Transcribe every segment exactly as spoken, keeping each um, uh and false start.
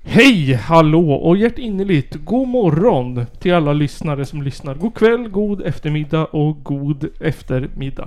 Hej, hallå och hjärtinnerligt god morgon till alla lyssnare som lyssnar. God kväll, god eftermiddag och god eftermiddag.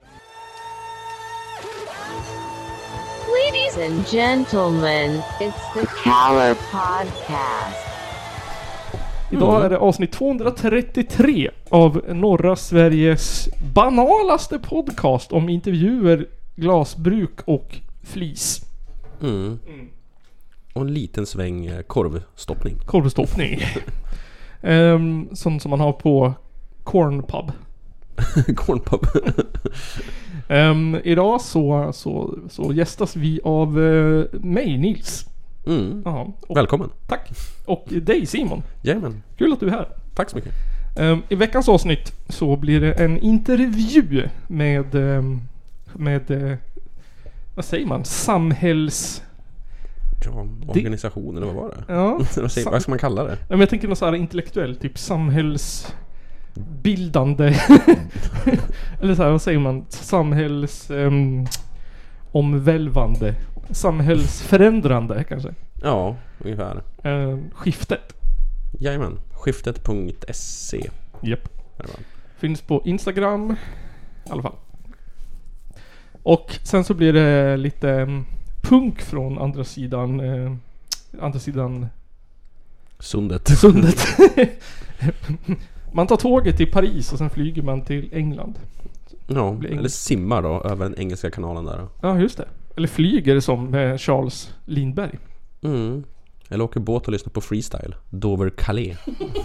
Ladies and gentlemen, it's the Caller Podcast. Idag är det avsnitt tvåhundratrettiotre av norra Sveriges banalaste podcast om intervjuer, glasbruk och flis. Mm. Mm. Och en liten sväng korvstoppning. Korvstoppning. um, sånt som man har på Cornpub. Cornpub. um, idag så, så, så gästas vi av uh, mig, Nils. Mm. Aha, och, välkommen. Tack. Och dig, Simon. Jajamän. Kul att du är här. Tack så mycket. Um, I veckans avsnitt så blir det en intervju med, um, med uh, vad säger man? Samhälls... Ja, organisationer, eller vad var det? Ja. vad, säger, vad ska man kalla det? Ja, men jag tänker något så här intellektuellt, typ samhällsbildande. Eller så här, vad säger man? Samhälls... Um, omvälvande. Samhällsförändrande kanske. Ja, ungefär. Uh, skiftet. Jajamän. Skiftet punkt se. Japp. Finns på Instagram i alla fall. Och sen så blir det lite um, punk från andra sidan uh, andra sidan Sundet. Sundet. Man tar tåget till Paris och sen flyger man till England. Ja, eller simmar då över den engelska kanalen där då. Ja, just det. Eller flyger som eh, Charles Lindbergh. Mm. Eller åker båt och lyssnar på freestyle. Dover-Calais.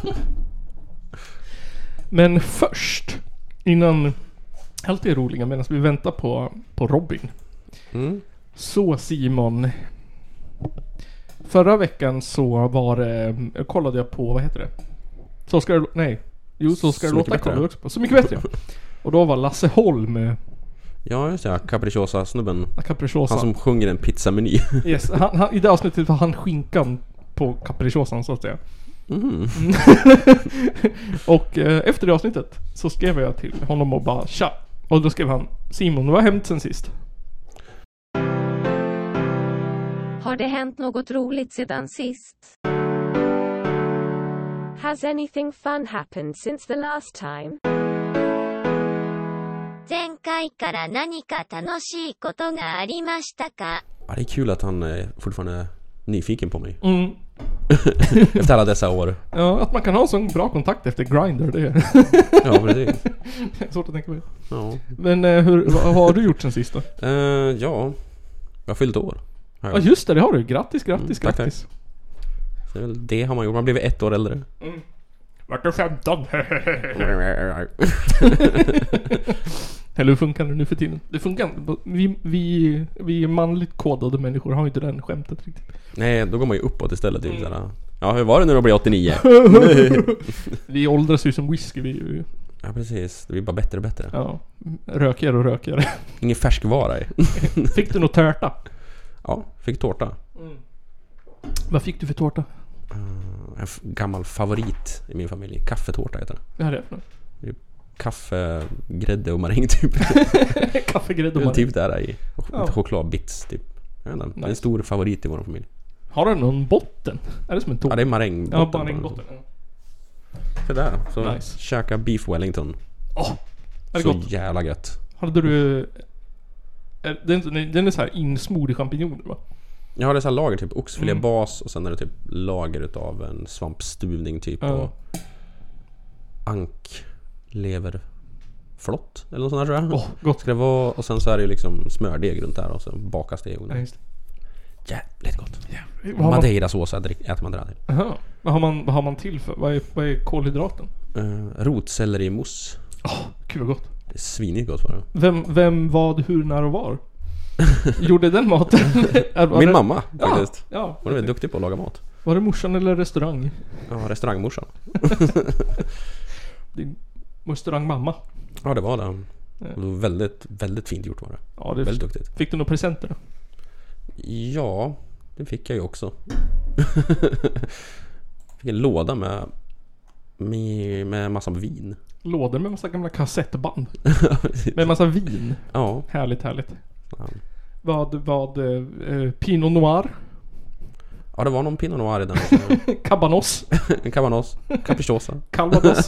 Men först, innan allt är roliga medan vi väntar på, på Robin. Mm. Så Simon, förra veckan så var det, kollade jag på, vad heter det? Så ska det, nej. Jo, så ska så det låta, kollade också på. Så mycket bättre. Och då var Lasse Holm. Ja, just det. Capricciosa-snubben. Capricciosa. Han som sjunger en pizzameny. Yes, han, han, i det avsnittet var han skinkan på Capricciosan, så att säga. Mm. Och eh, efter det avsnittet så skrev jag till honom och bara tja. Och då skrev han: Simon, vad har hänt sen sist? Har det hänt något roligt sedan sist? Has anything fun happened since the last time? 前回から何か楽しいことがありましたか? Ja, det är kul att han är fortfarande nyfiken på mig. Mm. Efter alla dessa år. Ja, att man kan ha så bra kontakt efter Grindr, det är ja, precis. svårt att tänka på. Ja. Men eh, hur, vad, vad har du gjort sen sist då? Uh, ja, jag har fyllt år. Ja, just det, det har du. Grattis, grattis, mm, grattis. Tack, tack. Det, det har man gjort. Man har blivit ett år äldre. Mm. Vart är femton? Eller hur funkar det nu för tiden? Det funkar. Vi, vi, vi manligt kodade människor har inte den skämtet riktigt. Nej, då går man ju uppåt istället. Mm. Sådär. Ja, hur var det när du blev åttionio? Vi åldras ju som whisky. Vi ju. Ja, precis. Det blir bara bättre och bättre. Ja, rökigare och rökigare. Ingen färskvara i. Fick du något tärta? Ja, fick tårta. Mm. Vad fick du för tårta? Uh, en f- gammal favorit i min familj. Kaffetårta heter det. Vad är det för något? Kaffe, grädde och maräng typ. Kaffe, grädde och maräng. Typ där i. Och ja. Chokladbits typ. Jag vet inte, nice. Det är en stor favorit i vår familj. Har den någon botten? Är det som en tårta? Ja, det är marängbotten. Ja, marängbotten. Ja. Så där. Så nice. Käka beef Wellington. Åh, är det så gott? Jävla gött. Hade du... Är, den, den är så här insmord i champinjoner, va? Jag har dessa lager typ oxfilébas mm. och sen är det typ lager utav en svampstuvning typ ja. Och ankleverflott eller något sånt där tror jag. Åh, gott. Ska det vara, och sen så är det liksom smördeg runt där och så bakas det i ugnen. Ja, just det. Jävligt gott. Ja. Madeirasås äter man det där till. Jaha. Vad har man, vad har man till för? Vad är, vad är kolhydraten? Uh, rotsellerimousse. Åh, oh, kul och gott. Det är svinigt gott var det. Vem, vem, vad, hur, när och var? Gjorde den maten? Min det... mamma faktiskt. Ja, ja. Hon är väldigt duktig på att laga mat. Var det morsan eller restaurang? Ja, restaurangmorsan. Din restaurangmamma. Ja, det var det. Det var väldigt, väldigt fint gjort var det. Ja, det väldigt duktigt. Fick du några presenter då? Ja, det fick jag ju också. Fick en låda med med, med massa vin. Lådor med massa gamla kassettband. Med massa vin. Ja. Härligt, härligt. Ja. Vad, vad, eh, Pinot Noir? Ja, det var någon Pinot Noir i den. Cabanos. En Cabanos. Capricciosa. Calvados.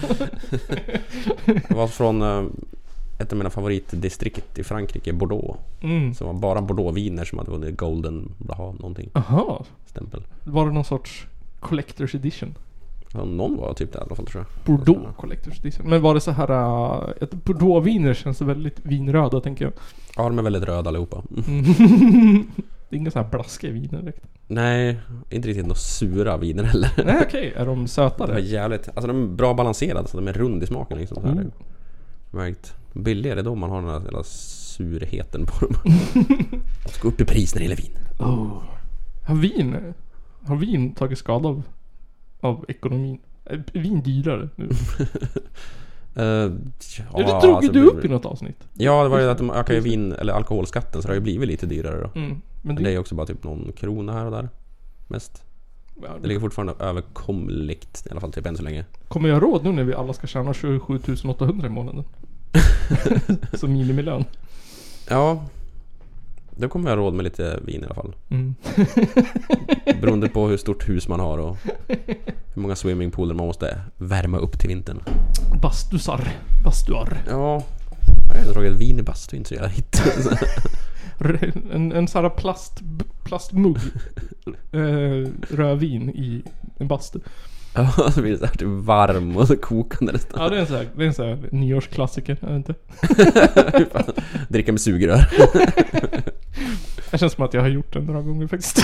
Det var från uh, ett av mina favoritdistrikt i Frankrike, Bordeaux. Mm. Så det var bara Bordeaux-viner som hade vunnit golden, blaha, någonting. Aha. Stämpel. Var det någon sorts collector's edition? Ja, någon var typ det i alla fall, tror jag. Bordeaux collector's edition. Men var det så här uh, ett Bordeaux-viner känns väldigt vinröda, tänker jag. Ja, de är väldigt röda allihopa. Mm. Det är inga så här blaskiga viner direkt. Nej, inte riktigt några sura viner heller. Nej, okej. Okay. Är de sötare? De är jävligt, alltså de är bra balanserade, så de är rund i smaken liksom. Så här. Mm. Märkt. Billigare då man har den här hela surheten på dem. De ska upp i pris när det gäller vin. Oh. Har vin Har vin tagit skada av, av ekonomin? Är vin dyrare nu? Uh, ja, ja, det drog alltså, du upp i något avsnitt. Ja, det var ju att de ökar ju vin, eller alkoholskatten, så det har ju blivit lite dyrare då. Mm, men, men det... det är ju också bara typ någon krona här och där. Mest. Ja, det ligger fortfarande överkomligt, i alla fall typ än så länge. Kommer jag råd nu när vi alla ska tjäna tjugosju tusen åttahundra i månaden? Som minimilön. Ja. Då kommer jag råd med lite vin i alla fall. Mm. Beroende på hur stort hus man har och hur många swimmingpooler man måste värma upp till vintern. Bastusar. Bastuar. Ja. Jag tror att vin i bastu är inte så jävla hit. en, en sån här plast, plastmugg eh, rödvin i en bastu. Ja, så blir det så här typ varm och så kokande nästan. Ja, det är en sån här, det är en sån här nyårsklassiker, jag vet inte. Dricka med sugrör. Det känns som att jag har gjort det några gånger faktiskt.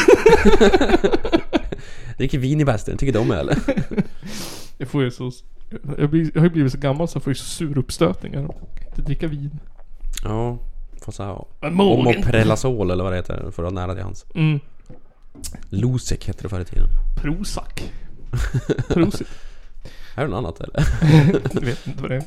Dricker vin i bastun, tycker du om det eller? Jag får ju så jag, blir, jag har ju blivit så gammal så jag får ju så sur uppstötningar. Inte dricka vin. Ja, får så här Omoprazol eller vad det heter för att nära till hans. Mm. Losec heter det förr i tiden. Prozac. Prosit. Är det något annat eller? Jag vet inte vad det är.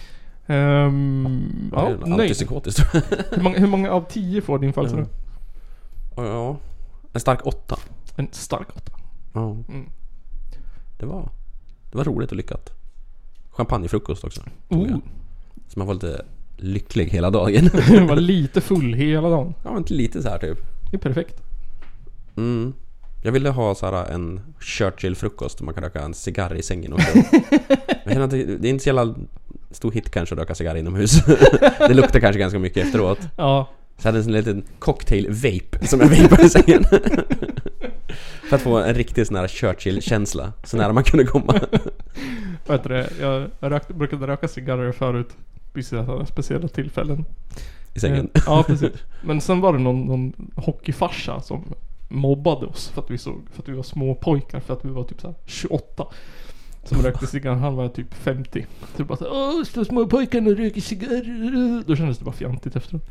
Um, ja, nej. Antipsykotiskt. hur, många, hur många av tio får din födelsedag? Ja. ja. En stark åtta. En stark åtta. Ja. Mm. Det var Det var roligt och lyckat. Champagnefrukost också. Oh. Så man var lite lycklig hela dagen. Man var lite full hela dagen. Ja, inte lite så här typ. Det är perfekt. Mm. Jag ville ha så här en Churchill-frukost. Man kan röka en cigarr i sängen och jag känner att det, det är inte så jävla stor hit kanske att röka cigarr inomhus. Det luktar kanske ganska mycket efteråt. Ja. Så jag hade en liten cocktail-vape som jag vapade i sängen. För att få en riktig sån här Churchill-känsla. Så nära man kunde komma. Vad heter det? Jag, jag rökte, brukade röka cigarrer förut. Vid sådana speciella tillfällen. I sängen? Eh, ja, precis. Men sen var det någon, någon hockeyfarsa som mobbade oss för att vi såg, för att vi var små pojkar, för att vi var typ så här tjugoåtta som rökte cigarr. Han var typ femtio. Typ bara så här, åh, så små pojkarna röker cigarr. Då kändes det bara fjantigt efteråt.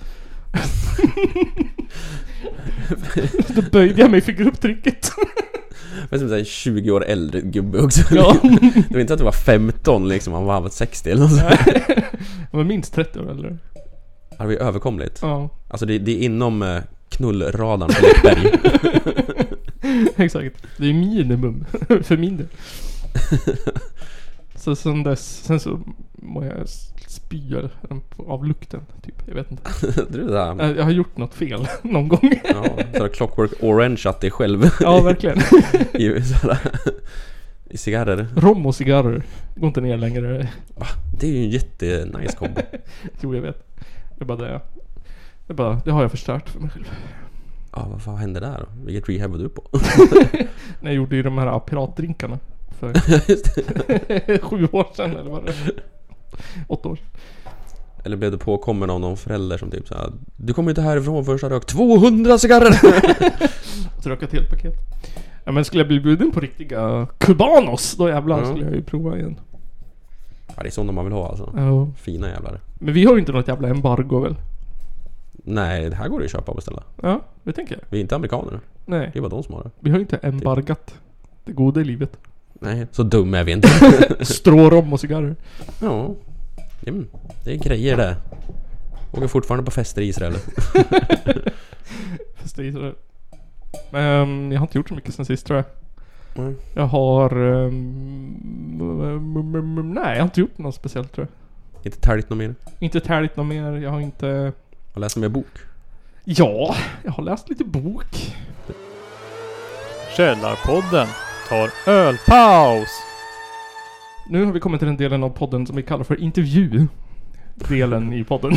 Då böjde jag mig för grupptrycket. Men som en tjugo år äldre gubbe också. Ja. Det var inte att du var femton liksom, han var sextio eller något så. Han var minst trettio år äldre. Det var ju överkomligt. Ja. Alltså det, det är inom eh, knullradarn på Läckberg. Exakt. Det är minimum för min del. Så sen dess, sen så må jag spy av lukten typ, jag vet inte. Du där. Jag har gjort något fel någon gång. Ja, så Clockwork Orange att dig själv. Ja, verkligen. I, sådär, i cigarrer. Rom och cigarrer går inte ner längre. Va? Det är ju en jättenice kombo. Jo, jag vet. Det är bara det. Det är bara, det har jag förstört för mig själv. Ja, vad fan hände där då? Vilket rehab var du på? När jag gjorde ju de här piratdrinkarna för sju år sedan eller vad det är. Åtta år sedan. Eller blev du påkommen av någon förälder som typ såhär, du kommer inte härifrån först har rökt tvåhundra cigarrer. Så röka ett helt paket. Ja, men skulle jag bli bjuden på riktiga kubanos, då jävlar mm. skulle jag ju prova igen. Ja, det är sådana man vill ha alltså. Ja. Fina jävlar. Men vi har ju inte något jävla embargo väl? Nej, det här går det att köpa och beställa. Ja, det tänker jag. Vi är inte amerikaner. Nej. Det är bara de som har det. Vi har ju inte embargat det goda i livet. Nej, så dum är vi inte. Strårom och cigarrer. Ja. Mm, det är grejer det. Åker fortfarande på fester i Israel. Fester i Israel. Men jag har inte gjort så mycket sen sist tror jag. Mm. Jag har um, nej, jag har inte gjort något speciellt tror jag. Inte tärt något mer? Inte tärt något mer. Jag har inte... Har läst mer bok? Ja, jag har läst lite bok. Källarpodden tar ölpaus. Nu har vi kommit till den delen av podden som vi kallar för intervju. Delen i podden.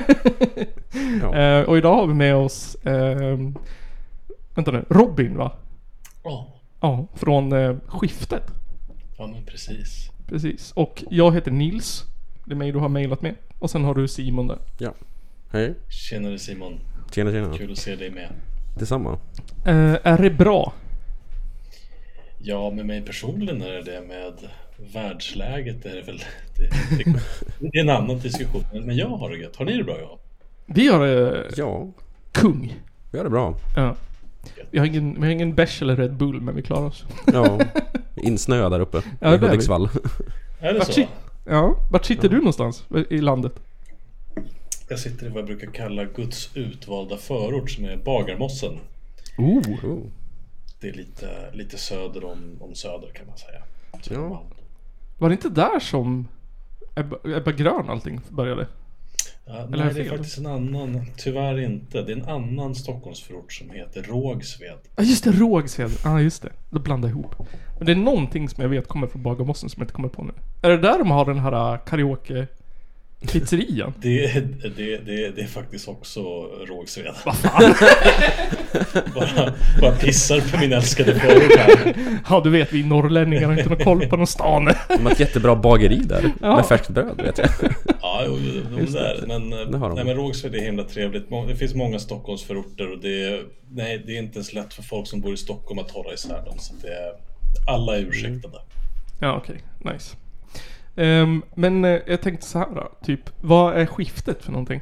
Ja. eh, och idag har vi med oss eh, vänta nu, Robin va? Ja, Ja, från eh, Skiftet. ja men precis. Precis. Och jag heter Nils. Det är mig du har mejlat med. Och sen har du Simon där. Ja. Hej. Tjenare Simon, Tjena, tjena. kul att se dig med. Detsamma. Eh, är det bra? Ja, med mig personligen är det det, med världsläget är det väl det, det, det är en annan diskussion. Men jag har det gött. Har ni det bra? Ja? Vi har eh, Ja, kung. vi har det bra. Ja. Vi har ingen, vi har ingen bärs eller Red Bull, men vi klarar oss. Ja, insnöa där uppe. Ja, I det är vi. Hudiksvall. Är det Vart, så? sit, ja, vart sitter du någonstans i landet? Jag sitter i vad jag brukar kalla Guds utvalda förort som är Bagarmossen. Oh. Oh. Det är lite, lite söder om, om söder kan man säga. Ja. Var det inte där som Ebba, Ebba Grön allting började? Ja, Eller nej, är det det är fel? faktiskt en annan, tyvärr inte. Det är en annan Stockholmsförort som heter Rågsved. Ja just det, Rågsved. Ja ah, just det, det blandar ihop. Men det är någonting som jag vet kommer från Bagarmossen som jag inte kommer på nu. Är det där de har den här karaoke pizzerian? Det, det, det, det är faktiskt också Rågsved. Vad fan? bara, bara pissar på min älskade förort här. Ja du vet, vi norrlänningar har inte någon koll på någon stan. De har ett jättebra bageri där. Ja. Med färskt bröd vet jag. Ja, jo, de Just där. Men, det har de. nej, men Rågsved är himla trevligt. Må- Det finns många Stockholmsförorter och det är, nej, det är inte ens lätt för folk som bor i Stockholm att hålla isär dem. Så det är, alla är ursäktade. Ja okej, nice. Ehm, men eh, jag tänkte så här då, typ, vad är Skiftet för någonting?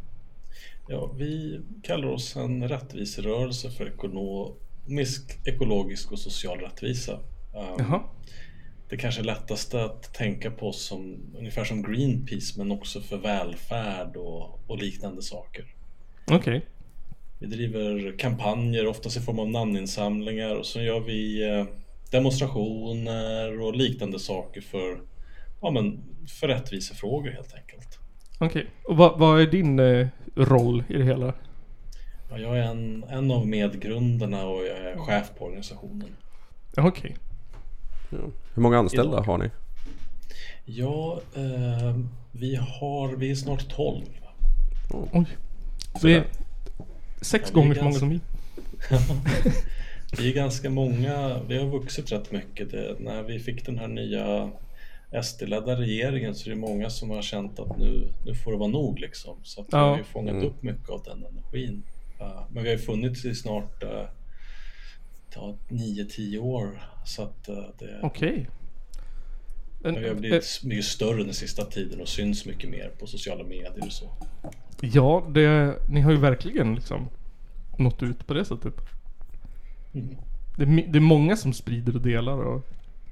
Ja, vi kallar oss en rättviserörelse för ekonomisk, ekologisk och social rättvisa. Um, Jaha. Det kanske är lättast att tänka på oss som ungefär som Greenpeace, men också för välfärd och, och liknande saker. Okej. Vi driver kampanjer, oftast i form av namninsamlingar, och så gör vi eh, demonstrationer och liknande saker för, ja, men för rättvisefrågor helt enkelt. Okej. Och vad, vad är din eh, roll i det hela? Ja, jag är en, en av medgrundarna och jag är chef på organisationen. Ja, okej. Ja. Hur många anställda Idag. har ni? Ja, eh, vi har, vi är snart tolv. Oj. Vi är sex Ja, vi är gånger så många ganska- som vi. Vi är ganska många, vi har vuxit rätt mycket. Det, när vi fick den här nya S D-ledda regeringen så är det många som har känt att nu, nu får det vara nog liksom. Så att vi Ja. har ju fångat upp mycket av den energin. Uh, men vi har ju funnits i snart uh, ta nio tio år. Så att uh, det, Okej. Men, vi har eh, blivit mycket större den sista tiden och syns mycket mer på sociala medier och så. ja, det, ni har ju verkligen liksom nått ut på det sättet. Mm. Det, är mi- det är många som sprider och delar och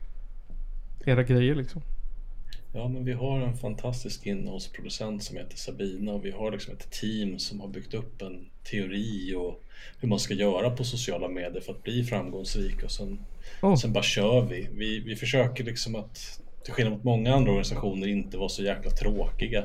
era grejer liksom. Ja, men vi har en fantastisk innehållsproducent som heter Sabina och vi har liksom ett team som har byggt upp en teori och hur man ska göra på sociala medier för att bli framgångsrik, och sen, Oh. sen bara kör vi. vi. Vi försöker liksom att, till skillnad mot många andra organisationer, inte vara så jäkla tråkiga.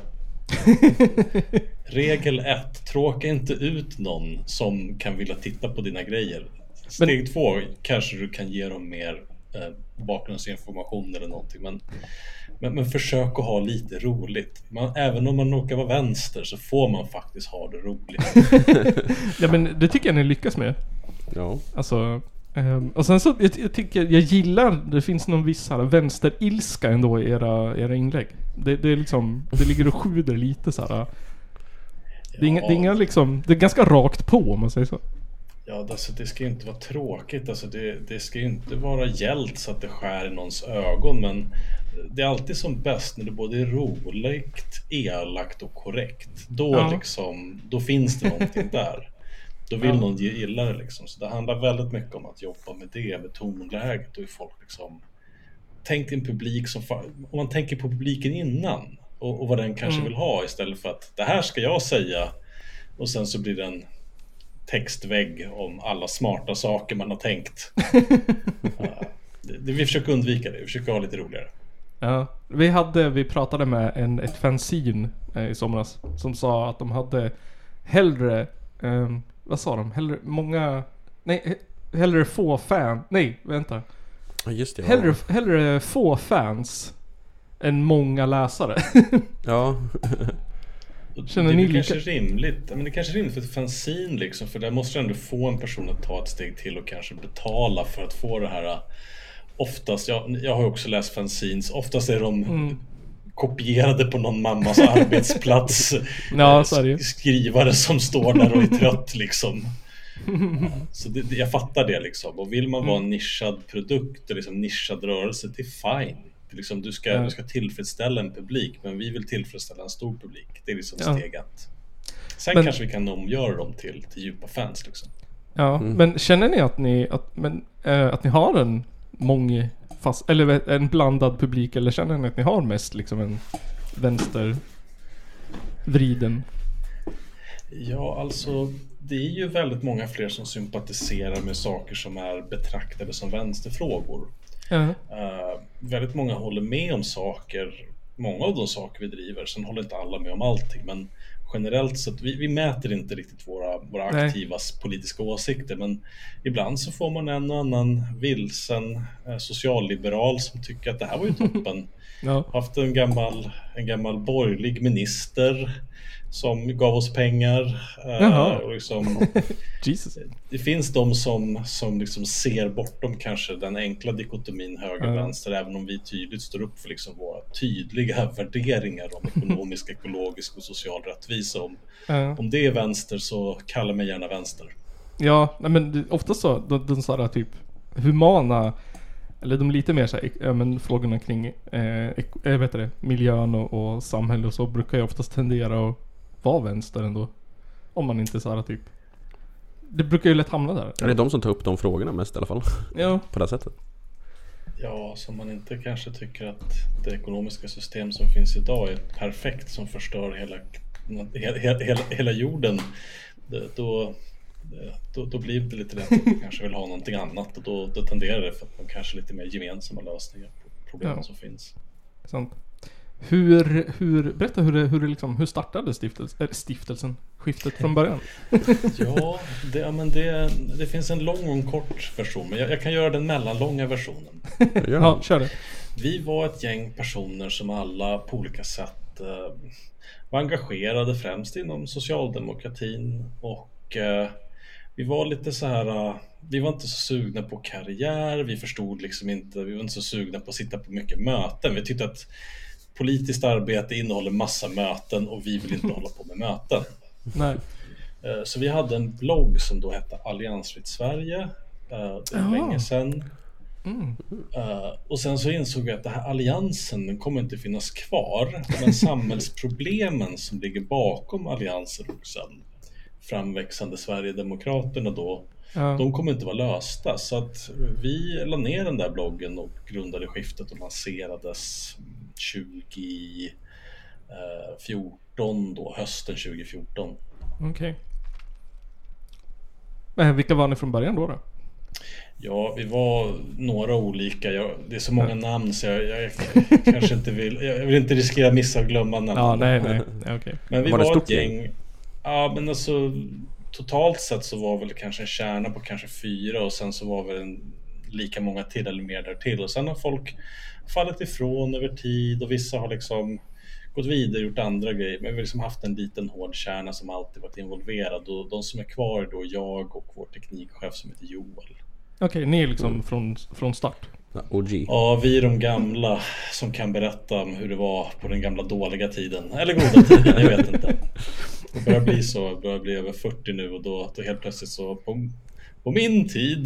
Regel ett, tråka inte ut någon som kan vilja titta på dina grejer. Steg Men- två, kanske du kan ge dem mer eh, bakgrundsinformation eller någonting, men, men, men försök att ha lite roligt. Man, även om man råkar vara vänster så får man faktiskt ha det roligt. Ja men det tycker jag ni lyckas med. Ja. Alltså, ehm, och sen så, jag, jag tycker, jag gillar, det finns någon viss här vänsterilska ändå i era, era inlägg. Det, det är liksom, det ligger och sjuder lite så här. Det är, inga, det är inga liksom, det är ganska rakt på om man säger så. Ja, alltså, det ska ju inte vara tråkigt, alltså, det, det ska ju inte vara gällt så att det skär i någons ögon, men det är alltid som bäst när det både är roligt, elakt och korrekt. Då, Ja. liksom, då finns det någonting där. Då vill Ja. någon gilla det liksom. Så det handlar väldigt mycket om att jobba med det, med tonläget och hur folk liksom... Tänk en publik som... fa- Om man tänker på publiken innan och, och vad den kanske Mm. vill ha, istället för att det här ska jag säga, och sen så blir det en textvägg om alla smarta saker man har tänkt. Ja, det, det, vi försöker undvika det, vi försöker ha lite roligare. Ja, vi hade, vi pratade med en, ett fanzine eh, i somras som sa att de hade hellre, ehm, vad sa de? Hellre många, nej, he- hellre få fan... Nej, vänta. Ja, just det. Hellre, hellre få fans än många läsare. Ja. Känner det ni är lika? kanske rimligt. Men det är kanske rimligt för ett fanzine liksom. För där måste du ändå få en person att ta ett steg till och kanske betala för att få det här. Oftast, jag, jag har också läst fanzines. Oftast är de mm. kopierade på någon mammas arbetsplats. Ja, så är det ju. Skrivare som står där och är trött liksom. Så det, det, jag fattar det liksom. Och vill man mm. vara en nischad produkt och liksom nischad rörelse, det är fine. Det är liksom, du, ska, ja. du ska tillfredsställa en publik, men vi vill tillfredsställa en stor publik. Det är liksom ja. steget. Sen men, kanske vi kan omgöra dem till, till djupa fans liksom. Ja, mm. men känner ni att ni att, men, äh, att ni har en mång fast, eller en blandad publik, eller känner ni att ni har mest liksom en vänstervriden? Ja, alltså det är ju väldigt många fler som sympatiserar med saker som är betraktade som vänsterfrågor. Uh-huh. Uh, väldigt många håller med om saker, många av de saker vi driver, sen håller inte alla med om allting, men generellt så att vi, vi mäter inte riktigt våra, våra aktivas politiska åsikter, men ibland så får man en och annan vilsen eh, socialliberal som tycker att det här var ju toppen. No. Haft en gammal, en gammal borgerlig minister som gav oss pengar. Eh, och liksom, Jesus. Det finns de som, som liksom ser bortom kanske den enkla dikotomin höger-vänster, uh. även om vi tydligt står upp för liksom våra tydliga värderingar om ekonomisk, ekologisk och social rättvisa. Om, uh. om det är vänster så kalla mig gärna vänster. Ja, men ofta så, de, de sådär typ humana, eller de lite mer så här, ja, men frågorna kring eh, jag vet det, miljön och, och samhälle och så brukar ju oftast tendera att vara vänster ändå. Om man inte såhär typ. Det brukar ju lätt hamna där. Ja, det är de som tar upp de frågorna mest i alla fall. Ja. På det sättet. Ja, som man inte kanske tycker att det ekonomiska system som finns idag är perfekt, som förstör hela, hela, hela, hela jorden. Då, då, då blir det lite lätt att man kanske vill ha någonting annat. Och då, då tenderar det för att man kanske lite mer gemensamma lösningar på problemen ja. som finns. Sant. Hur, hur, berätta hur det, hur det liksom, hur startade stiftelsen, äh, stiftelsen, skiftet från början? Ja, det, ja men det, det finns en lång och en kort version, men jag, jag kan göra den mellanlånga versionen. Ja, kör det. Vi var ett gäng personer som alla på olika sätt eh, var engagerade, främst inom socialdemokratin, och eh, vi var lite så här, uh, vi var inte så sugna på karriär, vi förstod liksom inte, vi var inte så sugna på att sitta på mycket möten. Vi tyckte att politiskt arbete innehåller massa möten och vi vill inte hålla på med möten. Nej. Så vi hade en blogg som då hette Alliansfritt Sverige. Det var länge sedan. Mm. Och sen så insåg jag att den här alliansen, den kommer inte finnas kvar. Men samhällsproblemen som ligger bakom alliansen och sen framväxande Sverigedemokraterna då, ja. de kommer inte vara lösta. Så att vi la ner den där bloggen och grundade skiftet och lanserades tjugo fjorton då, hösten tjugo fjorton. Okej. Okay. Men vilka var ni från början då då? Ja, vi var några olika. Jag, det är så många ja. namn så jag, jag, jag kanske inte vill jag vill inte riskera missa och glömma namn. Ja, nej nej. Okej. Okay. Men vi var, var ett gäng. Ja, men alltså totalt sett så var väl kanske en kärna på kanske fyra, och sen så var väl en, lika många till eller mer där till, och sen har folk fallit ifrån över tid och vissa har liksom gått vidare och gjort andra grejer, men vi har liksom haft en liten hård kärna som alltid varit involverad, och de som är kvar är då jag och vår teknikchef som heter Joel. Okej, okay, ni är liksom mm. från, från start? O G. Ja, vi är de gamla som kan berätta om hur det var på den gamla dåliga tiden, eller goda tiden, jag vet inte. Det börjar bli så, det börjar bli över fyrtio nu, och då, då helt plötsligt så på, på min tid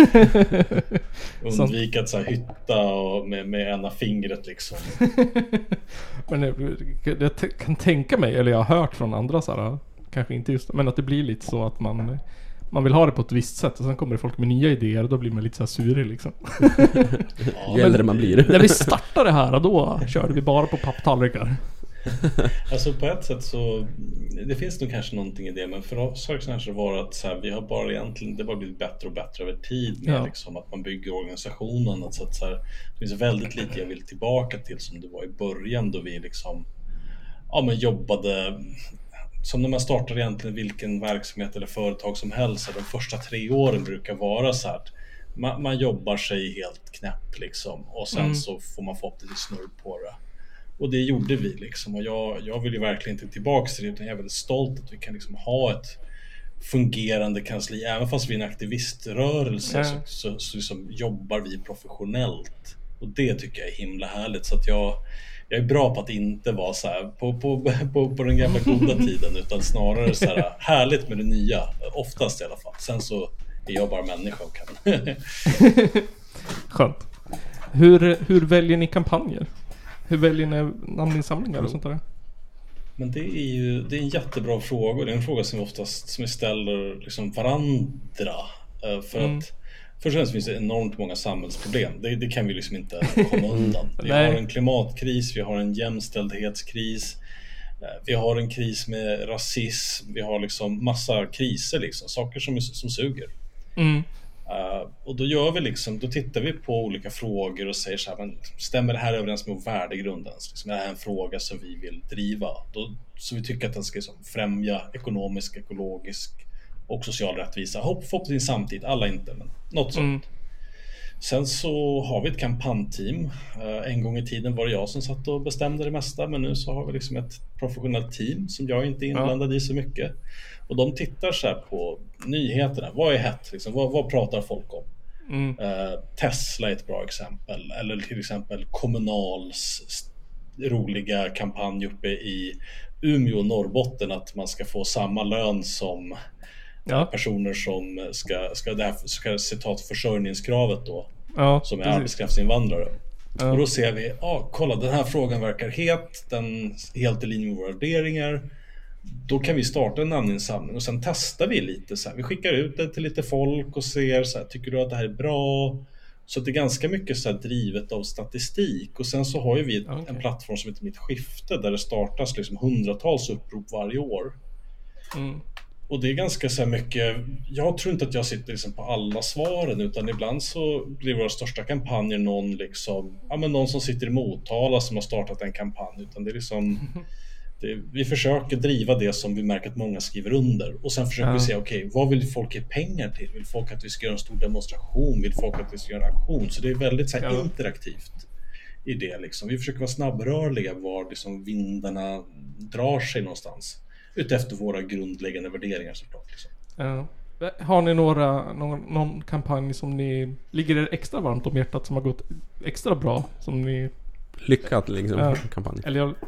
undvika att så här hytta och med, med ena fingret liksom. Men jag, jag t- kan tänka mig, eller jag har hört från andra så här, kanske inte just, men att det blir lite så att man man vill ha det på ett visst sätt, och sen kommer det folk med nya idéer och då blir man lite så här surig liksom. Ja, ju äldre man blir. När vi startade det här, då körde vi bara på papptallrikar. Alltså på ett sätt så det finns nog kanske någonting i det, men för oss har det kanske varit att så här, vi har bara egentligen, det har bara blivit bättre och bättre över tid med ja. liksom att man bygger organisationen, så att så här, det finns väldigt lite jag vill tillbaka till som det var i början, då vi liksom ja men jobbade som när man startar egentligen vilken verksamhet eller företag som helst, så de första tre åren brukar vara så här. Man, man jobbar sig helt knäpp liksom, och sen mm. så får man förhoppningsvis snurr på det. Och det gjorde vi liksom, och jag, jag vill ju verkligen inte tillbaka till det, utan jag är väldigt stolt att vi kan liksom ha ett fungerande kansli, även fast vi är en aktiviströrelse mm. så, så, så liksom jobbar vi professionellt, och det tycker jag är himla härligt. Så att jag, jag är bra på att inte vara så här på, på, på, på den gamla goda tiden, utan snarare så här härligt med det nya, oftast i alla fall. Sen så är jag bara människa och kan. Skönt. Hur, hur väljer ni kampanjer? Hur väljer ni namninsamlingar och sånt där? Men det är ju det är en jättebra fråga. Det är en fråga som vi oftast som vi ställer liksom varandra. För mm. att först och främst finns det enormt många samhällsproblem. Det, det kan vi liksom inte komma undan. Vi har en klimatkris, vi har en jämställdhetskris, vi har en kris med rasism, vi har liksom massa kriser liksom, saker som, som suger. Mm. Uh, och då gör vi liksom, då tittar vi på olika frågor och säger så här, men stämmer det här överens med vår värdegrund? Liksom, är det här en fråga som vi vill driva? Då, så vi tycker att den ska liksom främja ekonomisk, ekologisk och social rättvisa. Hopp, förhoppningsvis samtidigt, alla inte, men något sånt. Mm. Sen så har vi ett kampanjteam. Uh, en gång i tiden var det jag som satt och bestämde det mesta, men nu så har vi liksom ett professionellt team som jag inte är inblandad ja. i så mycket. Och de tittar så här på nyheterna. Vad är hett? Liksom? Vad, vad pratar folk om? Mm. Uh, Tesla är ett bra exempel. Eller till exempel Kommunals roliga kampanj uppe i Umeå och Norrbotten, att man ska få samma lön som ja. personer som ska, ska det här ska citat försörjningskravet då, ja, som är precis. arbetskraftsinvandrare. Ja. Och då ser vi, ja ah, kolla, den här frågan verkar het, den helt i linje med våra värderingar. Då kan vi starta en namninsamling och sen testar vi lite så här. Vi skickar ut det till lite folk och ser så här, tycker du att det här är bra? Så det är ganska mycket så här drivet av statistik. Och sen så har ju vi okay. en plattform som heter Mitt Skifte, där det startas liksom hundratals upprop varje år. Mm. Och det är ganska så här mycket, jag tror inte att jag sitter liksom på alla svaren, utan ibland så blir våra största kampanjer någon liksom, ja men någon som sitter i Motala som har startat en kampanj, utan det är liksom det, vi försöker driva det som vi märker att många skriver under, och sen försöker ja. vi se, okej, okay, vad vill folk ge pengar till? Vill folk att vi ska göra en stor demonstration? Vill folk att vi ska göra en aktion? Så det är väldigt så här ja. interaktivt i det liksom. Vi försöker vara snabbrörliga var liksom vindarna drar sig någonstans. Utefter våra grundläggande värderingar såklart. Liksom. Ja. Har ni några, någon, någon kampanj som ni ligger er extra varmt om hjärtat, som har gått extra bra? Som ni... Lyckat liksom, ja. kampanj. Eller jag...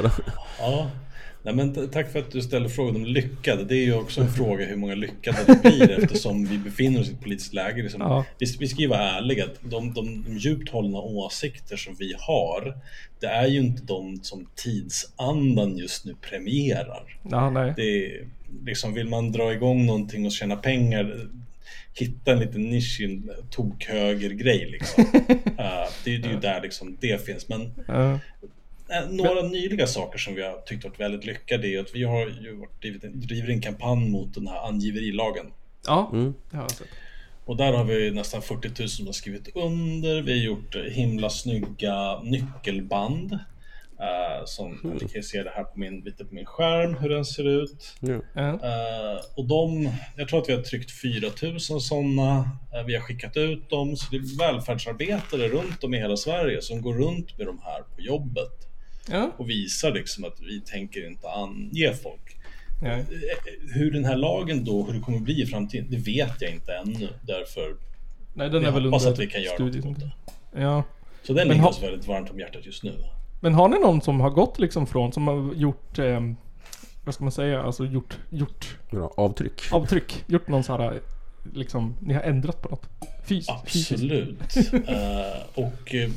ja. Nej, men t- tack för att du ställer frågan om lyckade. Det är ju också en fråga hur många lyckade det blir, eftersom vi befinner oss i ett politiskt läge. Liksom. Ja. Vi, vi ska ju vara ärliga. De, de, de djupt hållna åsikter som vi har, det är ju inte de som tidsandan just nu premierar. Ja, nej. Det är, liksom, vill man dra igång någonting och tjäna pengar, hitta en liten nisch, en tokhöger-grej liksom. uh, det, det är ju där liksom det finns. Men... Uh. Några Men... nyliga saker som vi har tyckt varit väldigt lyckade är att vi har ju drivit en, driver en kampanj mot den här angiverilagen. Ja, mm. det har jag sett. Och där har vi nästan fyrtio tusen som har skrivit under. Vi har gjort himla snygga nyckelband. Uh, som mm. ni kan se det här på min, lite på min skärm, hur den ser ut. Mm. Uh, och de, jag tror att vi har tryckt fyra tusen sådana. Uh, vi har skickat ut dem. Så det är välfärdsarbetare runt om i hela Sverige som går runt med de här på jobbet. Ja. Och visar liksom att vi tänker inte ange folk. Ja. Hur den här lagen då, hur det kommer bli i framtiden, det vet jag inte ännu. Därför Nej, den är väl hoppas att vi kan göra något åt det. Ja. Så den ligger ha... oss väldigt varmt om hjärtat just nu. Men har ni någon som har gått liksom från, som har gjort, eh, vad ska man säga, alltså gjort, gjort ja, avtryck. Avtryck. Gjort någon så här, liksom, ni har ändrat på något? Fys- Absolut. uh, och uh,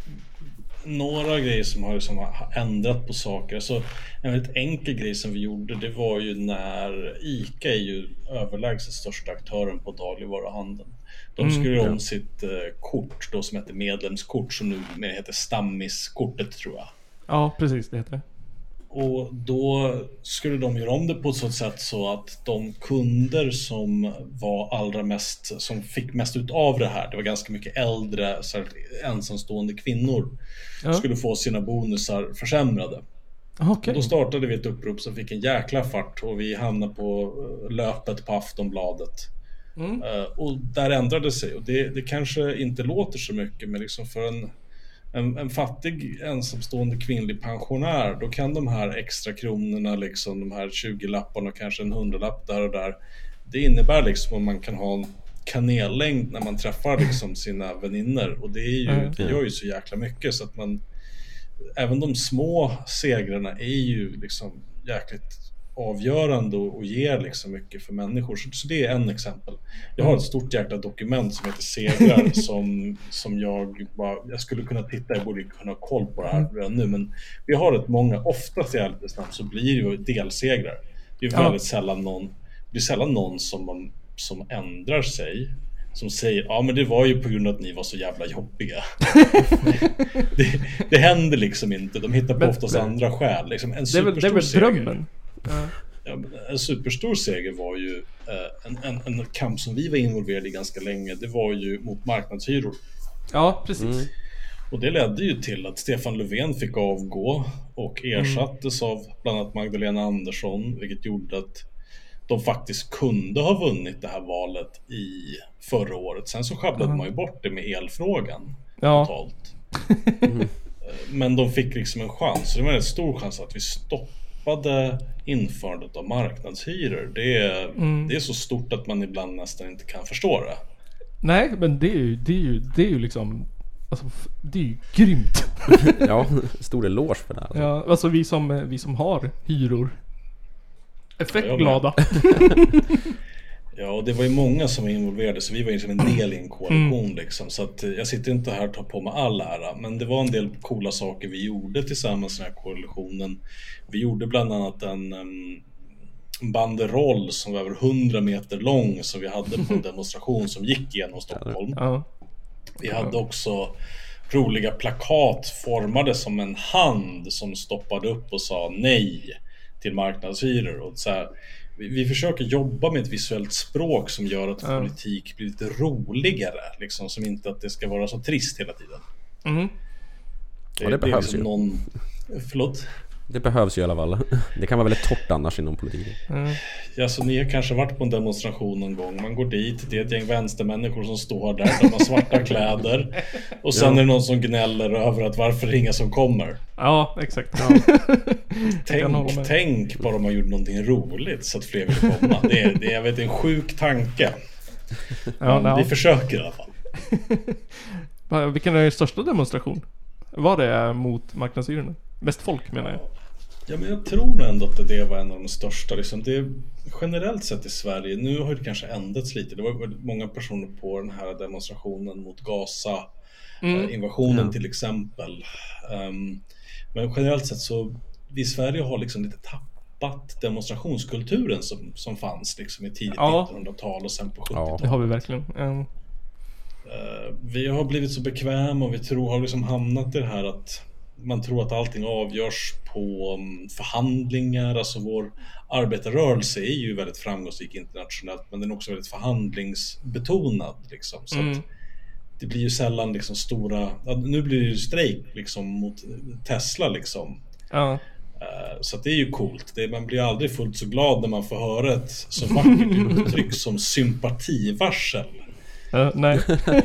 några grejer som har, som har ändrat på saker. Alltså, en väldigt enkel grej som vi gjorde, det var ju när ICA är ju överlägset största aktören på dagligvaruhandeln. De skulle mm, om ja. sitt eh, kort då, som heter medlemskort, som nu mer heter Stammiskortet, tror jag. Ja, precis, det heter det. Och då skulle de göra om det på ett sådant sätt så att de kunder som var allra mest, som fick mest ut av det här, det var ganska mycket äldre, så här, ensamstående kvinnor, ja. skulle få sina bonusar försämrade. Okej. Då startade vi ett upprop som fick en jäkla fart och vi hamnade på löpet på Aftonbladet. Mm. Uh, och där ändrade sig. Och det, det kanske inte låter så mycket, men liksom för en, en, en fattig ensamstående kvinnlig pensionär, då kan de här extra kronorna, liksom, de här tjugo-lapparna och kanske en hundralapp där och där, det innebär liksom att man kan ha en kanellängd när man träffar liksom sina vänner. Och det, är ju, Mm. det gör ju så jäkla mycket, så att man, även de små segrarna är ju liksom jäkligt avgörande och, och ger liksom mycket för människor. Så, så det är en exempel. Jag har ett stort jäkla dokument som heter segrar som, som jag bara, jag skulle kunna titta, jag borde kunna ha koll på det här redan nu, men vi har rätt många, oftast i ärlighetens namn så blir det ju delsegrar. Det är Ja. väldigt sällan någon, det är sällan någon som, man, som ändrar sig, som säger, ja men det var ju på grund av att ni var så jävla jobbiga. det, det händer liksom inte. De hittar på Men- oftast men- andra skäl. Liksom en Det är väl, det är väl superstor seger. drömmen. Ja. Ja, men en superstor seger var ju eh, en, en, en kamp som vi var involverade i ganska länge. Det var ju mot marknadshyror. Ja, precis. Mm. Och det ledde ju till att Stefan Löfven fick avgå och ersattes av bland annat Magdalena Andersson, vilket gjorde att de faktiskt kunde ha vunnit det här valet i förra året. Sen så sjabblade Mm. man ju bort det med elfrågan Ja. totalt. Men de fick liksom en chans. Så det var en stor chans att vi stoppade införandet av marknadshyror. Det är, Mm. det är så stort att man ibland nästan inte kan förstå det. Nej, men det är ju, det är ju, det är ju liksom, alltså, f- det är ju grymt. Ja, stor eloge för det här. Alltså. Ja, alltså vi som, eh, vi som har hyror är fett Ja, jag glada. Ja, och det var ju många som var involverade, så vi var ju som en del i en koalition liksom. Så att eh, jag sitter inte här och tar på mig all ära, men det var en del coola saker vi gjorde tillsammans i den här koalitionen. Vi gjorde bland annat en um, banderoll som var över hundra meter lång, som vi hade på en demonstration som gick genom Stockholm. Ja. Vi hade också roliga plakat formade som en hand som stoppade upp och sa nej till marknadshyror. Och så här, vi, vi försöker jobba med ett visuellt språk som gör att Ja. politik blir lite roligare, liksom, som inte att det ska vara så trist hela tiden. Mm. Ja, det behövs liksom ju. någon... Förlåt? Det behövs ju i alla fall. Det kan vara väldigt torrt annars inom politiken. Ja, så ni har kanske varit på en demonstration någon gång. Man går dit, det är ett gäng vänstermänniskor som står där, de har svarta kläder. Och sen Ja. är det någon som gnäller över att varför är det ingen som kommer. Ja, exakt. Ja. kan hålla Tänk, med. tänk bara om man gjorde någonting roligt så att fler vill komma. Det är, det är jag vet, en sjuk tanke. Ja, Men ja. vi försöker i alla fall. Va- Vilken är din största demonstration? Var det mot marknadshyrorna? Mest folk menar jag. Ja, men jag tror nog ändå att det var en av de största. Liksom. Det är generellt sett i Sverige, nu har det kanske ändrats lite. Det var väldigt många personer på den här demonstrationen mot Gaza. Mm. Eh, invasionen Ja. till exempel. Um, men generellt sett så, vi i Sverige har liksom lite tappat demonstrationskulturen som, som fanns liksom i tidigt Ja. nittonhundratal och sen på Ja. sjuttiotalet. Det har vi verkligen. Mm. Eh, vi har blivit så bekväma och vi tror, har liksom hamnat i det här att man tror att allting avgörs på um, förhandlingar. Alltså vår arbetarrörelse är ju väldigt framgångsrik internationellt, men den är också väldigt förhandlingsbetonad liksom. Så Mm. att det blir ju sällan liksom stora, ja, nu blir det ju strejk liksom mot Tesla liksom. Ja. Eh, Så att det är ju coolt. Det, man blir aldrig fullt så glad när man får höra ett så vackert uttryck som sympativarsel. Ja, nej.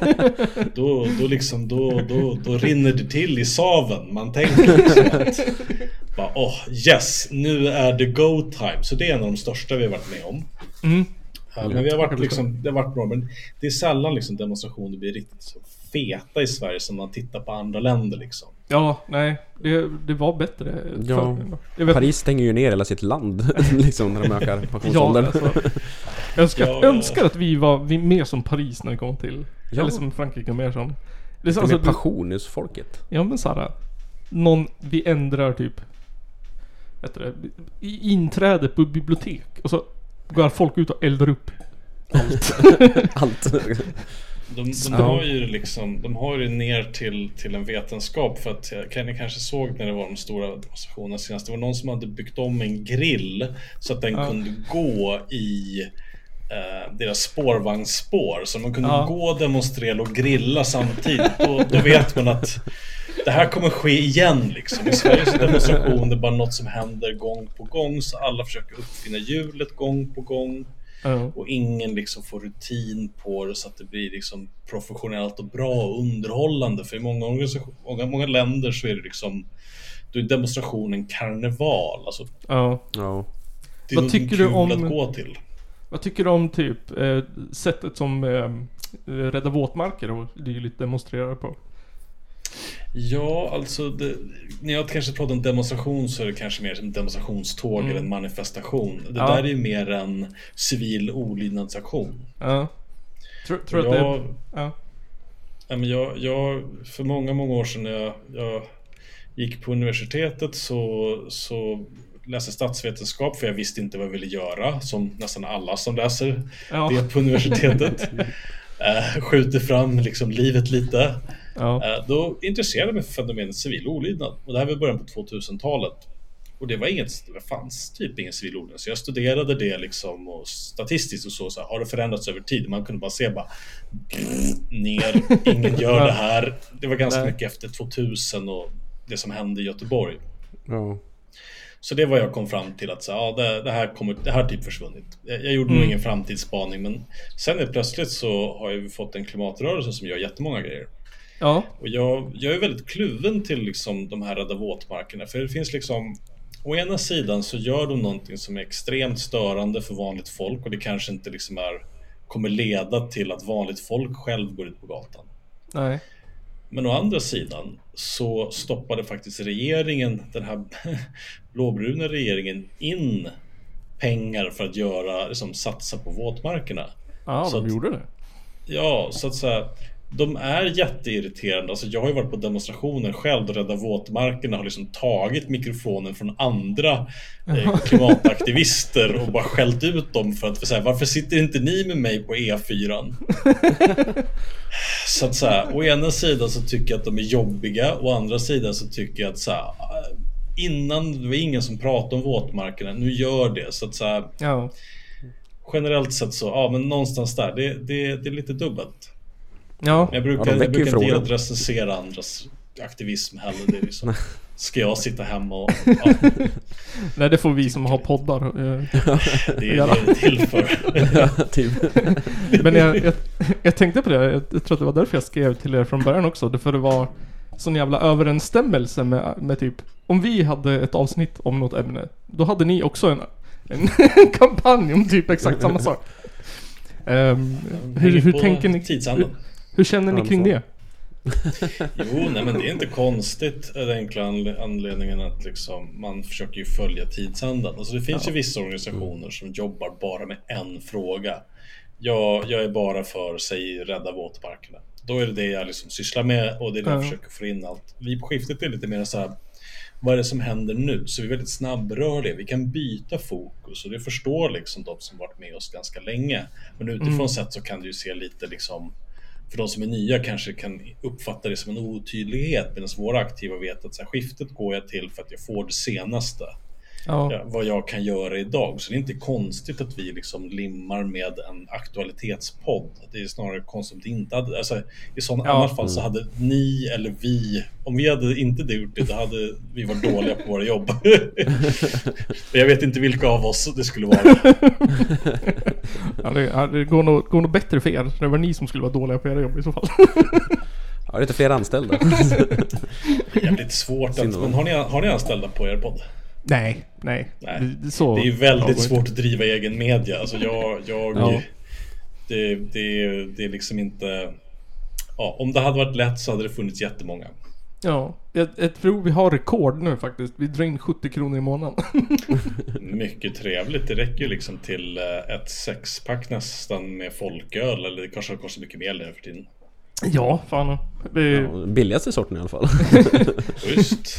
Då, då, liksom, då, då, då rinner det till i saven. Man tänker liksom att bara, oh, yes, nu är det go time. Så det är en av de största vi har varit med om. Mm. Ja, men vi har varit liksom, det har varit bra, men det är sällan liksom demonstrationer blir riktigt så feta i Sverige som man tittar på andra länder liksom. Ja, nej. Det, det var bättre Ja. förr. Jag vet, Paris stänger ju ner hela sitt land liksom när de ökar ja, pensionsåldern. alltså, jag önskar, Ja, ja. önskar att vi var vi mer som Paris när det kom till. Ja. Eller som Frankrike mer som. Det är så, Det är alltså, med du, passion hos folket. ja men såhär. Någon, vi ändrar typ vet du det, i inträde på bibliotek. Och så går folk ut och eldar upp allt. Allt. De, de, Ja. har ju liksom, de har ju ner till, till en vetenskap, för att kan ni kanske såg när det var de stora demonstrationerna senast, det var någon som hade byggt om en grill så att den Ja. kunde gå i eh, deras spårvagnsspår, så man kunde Ja. gå, demonstrera och grilla samtidigt. Då, då vet man att det här kommer ske igen liksom. I Sverige så är demonstrationer bara något som händer gång på gång, så alla försöker uppfinna hjulet gång på gång. Mm. Och ingen liksom får rutin på det så att det blir liksom professionellt och bra och underhållande. För i många, många, många länder så är det liksom, då är demonstrationen karneval. Alltså, ja. Ja. Det är vad tycker du om, att gå till. Vad tycker du om typ eh, sättet som eh, Rädda våtmarker och dylikt demonstrerar på? Ja, alltså det, när jag kanske pratar om demonstration så är det kanske mer som demonstrationståg mm. eller en manifestation. Det ja. där är ju mer en civil olydnadsaktion. Ja. Tror, tror jag, att det... Ja. Ja, men jag, jag, för många, många år sedan när jag, jag gick på universitetet så, så läste statsvetenskap, för jag visste inte vad jag ville göra, som nästan alla som läser ja. det på universitetet. äh, skjuter fram liksom livet lite. Ja. Äh, då intresserade jag mig för fenomenet civil olydnad. Och det här var början på tvåtusentalet. Och det var inget, det fanns typ ingen civil olydnad. Så jag studerade det liksom, och statistiskt och så, så här, har det förändrats över tid? Man kunde bara se bara ner, ingen gör det här. Det var ganska Nej. mycket efter tvåtusen och det som hände i Göteborg. Ja. Så det var jag kom fram till att så, ja, det, det här kommer, det här typ försvunnit. Jag, jag gjorde mm. nog ingen framtidsspaning, men sen är plötsligt så har jag fått en klimatrörelse som gör jättemånga grejer. Ja. Och jag, jag är väldigt kluven till liksom de här rädda våtmarkerna, för det finns liksom, å ena sidan så gör de någonting som är extremt störande för vanligt folk, och det kanske inte liksom är, kommer leda till att vanligt folk själv går ut på gatan. Nej. Men å andra sidan så stoppade faktiskt regeringen, den här blåbruna regeringen, in pengar för att göra, liksom, satsa på våtmarkerna. Ja, så de att, gjorde det. Ja, så att säga, de är jätteirriterande. Alltså, jag har ju varit på demonstrationer själv och Rädda våtmarkerna har liksom tagit mikrofonen från andra eh, klimataktivister och bara skällt ut dem för att för, så här, varför sitter inte ni med mig på E fyra? Så att så här, å ena sidan så tycker jag att de är jobbiga, å andra sidan så tycker jag att så här, innan det var ingen som pratade om våtmarkerna, nu gör det. Så att så här, ja. generellt sett så, ja, men någonstans där, det, det, det är lite dubbelt. Ja. Jag brukar, ja, jag brukar inte att recensera andras aktivism heller. Det är liksom, ska jag sitta hemma och... Ja. Nej, det får vi som har poddar. Det är det till för. Ja, typ. Men jag, jag, jag tänkte på det. Jag, jag tror att det var därför jag skrev till er från början också. För det var sån jävla överensstämmelse med, med typ... Om vi hade ett avsnitt om något ämne, då hade ni också en, en kampanj om typ exakt samma sak. Um, hur hur tänker ni? Hur, hur känner ni kring det? Jo, nej, men det är inte konstigt. Den enkla anledningen att liksom, man försöker ju följa tidsandan. Alltså det finns ja. ju vissa organisationer som jobbar bara med en fråga. Jag, jag är bara för, säg, rädda våtmarkerna. Då är det det jag liksom sysslar med, och det är det ja. jag försöker få in allt. Vi på skiftet är lite mer så här, vad är det som händer nu? Så vi är väldigt snabbrörliga. Vi kan byta fokus, och det förstår liksom de som varit med oss ganska länge. Men utifrån mm. sett så kan du ju se lite liksom, för de som är nya kanske kan uppfatta det som en otydlighet, medan våra aktiva vet att så här, skiftet går jag till för att jag får det senaste. Ja. Ja, vad jag kan göra idag. Så det är inte konstigt att vi liksom limmar med en aktualitetspodd. Det är snarare konstigt att det inte hade, alltså, i sådana ja. annat fall så hade ni eller vi, om vi hade inte det gjort det, då hade vi varit dåliga på våra jobb. Jag vet inte vilka av oss det skulle vara. Ja, det, det går, nog, går nog bättre för er. Det var ni som skulle vara dåliga på era jobb i så fall. Ja, det är lite fler anställda. Det är lite svårt att, men har ni, har ni anställda på er podd? Nej, nej. nej. Det, så det är väldigt svårt att driva egen media. Alltså jag, jag ja. det, det, det är liksom inte, ja, om det hade varit lätt så hade det funnits jättemånga. Ja, jag, jag tror vi har rekord nu faktiskt. Vi drar in sjuttio kronor i månaden. Mycket trevligt. Det räcker ju liksom till ett sexpack nästan med folköl, eller det kanske kostar mycket mer nu för tiden. Ja, fan. Det... Ja, billigaste sorten i alla fall. Just.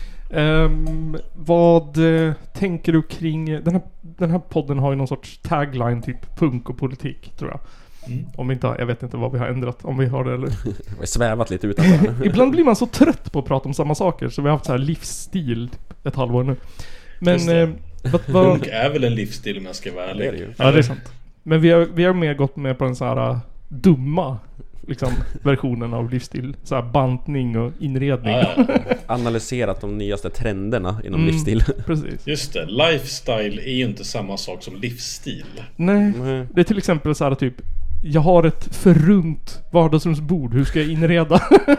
Um, vad uh, tänker du kring den här, den här podden har ju någon sorts tagline typ punk och politik, tror jag. Mm. Om vi inte har, jag vet inte vad vi har ändrat, om vi har det eller. Vi har svävat lite utanför. Ibland blir man så trött på att prata om samma saker, så vi har haft så här livsstil ett halvår nu. Men uh, vad, vad... punk är väl en livsstil om jag ska vara ärlig. Ja, det är sant. Men vi har, vi har mer gått med på en sån här dumma liksom, versionen av livsstil. Så här bantning och inredning. Ja, ja. Analyserat de nyaste trenderna inom Mm. livsstil. Precis. Just det, lifestyle är ju inte samma sak som livsstil. Nej, Nej. det är till exempel så här typ, jag har ett för runt vardagsrumsbord, hur ska jag inreda?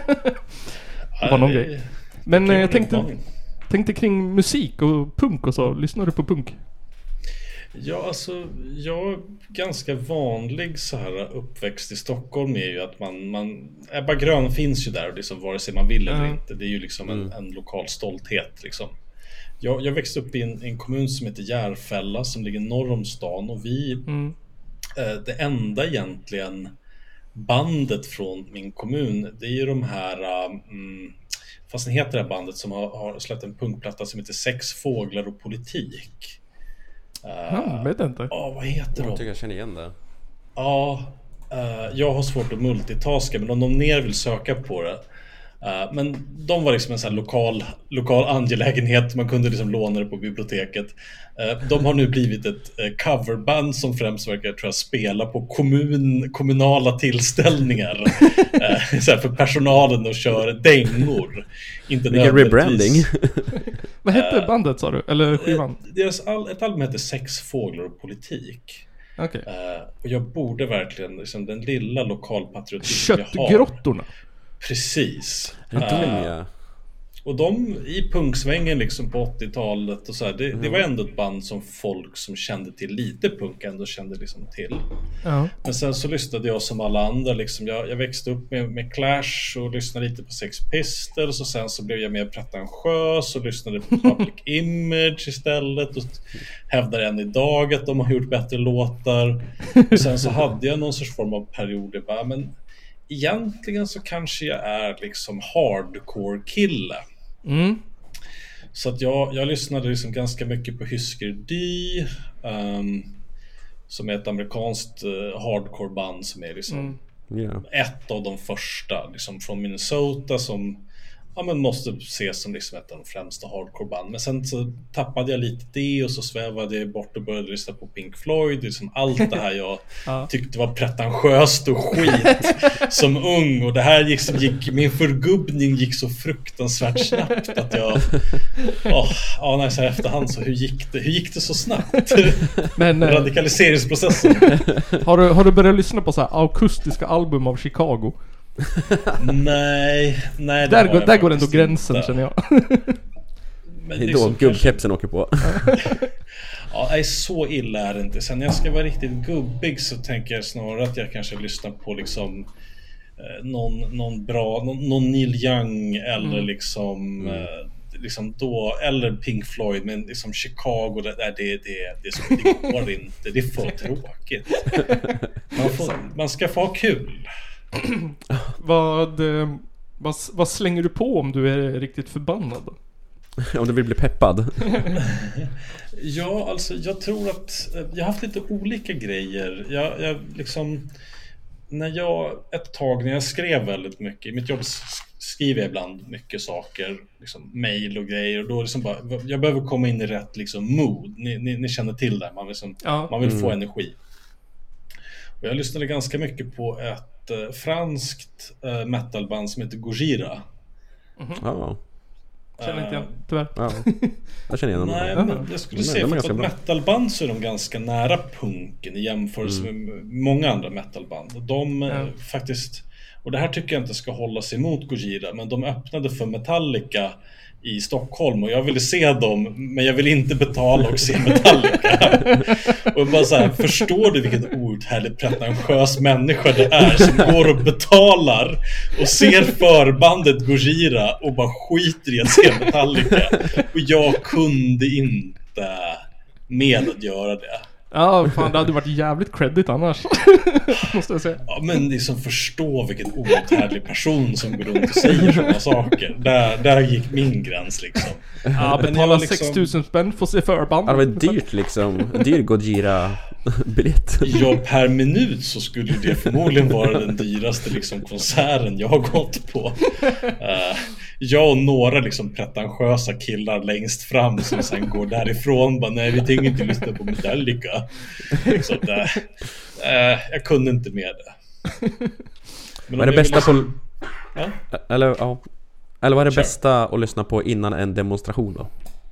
Det var någon Ja, grej. Men det eh, är jag tänkte, utmaning. tänkte kring musik och punk och så. Lyssnar du på punk? Ja, alltså jag är ganska vanlig så här uppväxt i Stockholm är ju att man, man Ebba Grön finns ju där och liksom vare sig man vill eller Ja. inte. Det är ju liksom en, en lokal stolthet liksom. Jag, jag växte upp i en, en kommun som heter Järfälla som ligger norr om stan och vi Mm. eh, det enda egentligen bandet från min kommun, det är ju de här um, fast den heter det här bandet som har, har släppt en punkplatta som heter Sex fåglar och politik. Ja, vet inte. Ja, vad heter Jag de? tycker jag känner igen det. Ja, eh, jag har svårt att multitaska, men om de ner vill söka på det. Eh, men de var liksom en sån här lokal, lokal angelägenhet, man kunde liksom låna det på biblioteket. Eh, de har nu blivit ett eh, coverband som främst verkar, tror jag, spela på kommun, kommunala tillställningar. eh, så här för personalen och kör dängor. Inte Vilken rebranding. Vad hette bandet sa du? Eller skivan? Eh, Deras all, ett album heter Sex fåglar och politik. Okej. Eh, och jag borde verkligen, liksom, den lilla lokalpatriotism jag har. Köttgrottorna. Precis. Är det de, Eh, ja? och de i punksvängen liksom på åttiotalet och så här, det, det var ändå ett band som folk som kände till lite punk ändå kände liksom till. Ja. Men sen så lyssnade jag som alla andra liksom, jag, jag växte upp med, med Clash och lyssnade lite på Sex Pistols och sen så blev jag mer pretentiös och lyssnade på Public Image istället och hävdar än idag att de har gjort bättre låtar. Och sen så hade jag någon sorts form av period där bara, men egentligen så kanske jag är liksom hardcore kille. Mm. Så att jag, jag lyssnade liksom ganska mycket på Husker Du um, som är ett amerikanskt uh, hardcore band som är liksom Mm. Ja. ett av de första liksom från Minnesota som ja, men måste ses som liksom ett av de främsta hardcore-band. Men sen så tappade jag lite det och så svävade jag bort och började lyssna på Pink Floyd. Liksom allt det här jag Ja. tyckte var pretentiöst och skit som ung. Och det här gick, som gick, min förgubbning gick så fruktansvärt snabbt att jag... Oh, ja, nej, så här efterhand så hur gick det? Hur gick det så snabbt? Men eh, Radikaliseringsprocessen. har, du, har du börjat lyssna på så här akustiska album av Chicago? Nej, nej. det Där, har går, jag där går ändå faktiskt gränsen inte. känner jag. Men Det är liksom då gubbkepsen åker på. Ja, nej, så illa är det inte. Sen när jag ska vara riktigt gubbig så tänker jag snarare att jag kanske lyssnar på liksom eh, någon, någon bra, någon, någon Neil Young eller Mm. liksom, Mm. eh, liksom då, eller Pink Floyd, men liksom Chicago, det, det, det, det, det, så, det går inte. Det är för tråkigt. Man, får, man ska få ha kul. Vad, eh, vad, vad slänger du på om du är riktigt förbannad då? Om du vill bli peppad. Ja, alltså jag tror att eh, jag har haft lite olika grejer. Jag, jag liksom när jag ett tag när jag skrev väldigt mycket, i mitt jobb s- skriver jag ibland mycket saker, liksom mail och grejer, och då liksom bara, jag behöver komma in i rätt liksom mood. Ni, ni, ni känner till det, man, liksom, Ja. man vill få Mm. energi. Och jag lyssnade ganska mycket på ett eh, franskt eh, metalband som heter Gojira. Ja, Känner inte Eh, igen, tyvärr. ja. Jag känner igen Nej, dem. men jag skulle De är- säga de är för att ganska ett bra. metalband så är de ganska nära punken i jämförelse Mm. med många andra metalband. De eh, Ja. faktiskt, och det här tycker jag inte ska hållas emot Gojira, men de öppnade för Metallica i Stockholm och jag ville se dem, men jag ville inte betala och se Metallica. Och jag bara så här, förstår du vilken outhärdligt pretentiös människa det är som går och betalar och ser förbandet Gojira och bara skiter i att se Metallica. Och jag kunde inte med att göra det. Ja, fan det hade varit jävligt credit annars. Måste jag säga. Ja, men liksom förstå vilken outhärdlig person som går runt och säger sådana saker. Där, där gick min gräns liksom. Ja, Men betala jag liksom- sex tusen spänn för att se förband. Ja, det var dyrt liksom. Dyr Gojira-biljett. Ja, per minut så skulle det förmodligen vara den dyraste liksom, konserten jag har gått på. Uh, jag och några liksom, pretentiösa killar längst fram som sen går därifrån. Bara, nej, vi tänker inte lyssna på Metallica. Så att, uh, uh, jag kunde inte med det. Men Vad är det bästa liksom... på... Ja? Eller, ja. Eller vad är det Kör. bästa att lyssna på innan en demonstration då?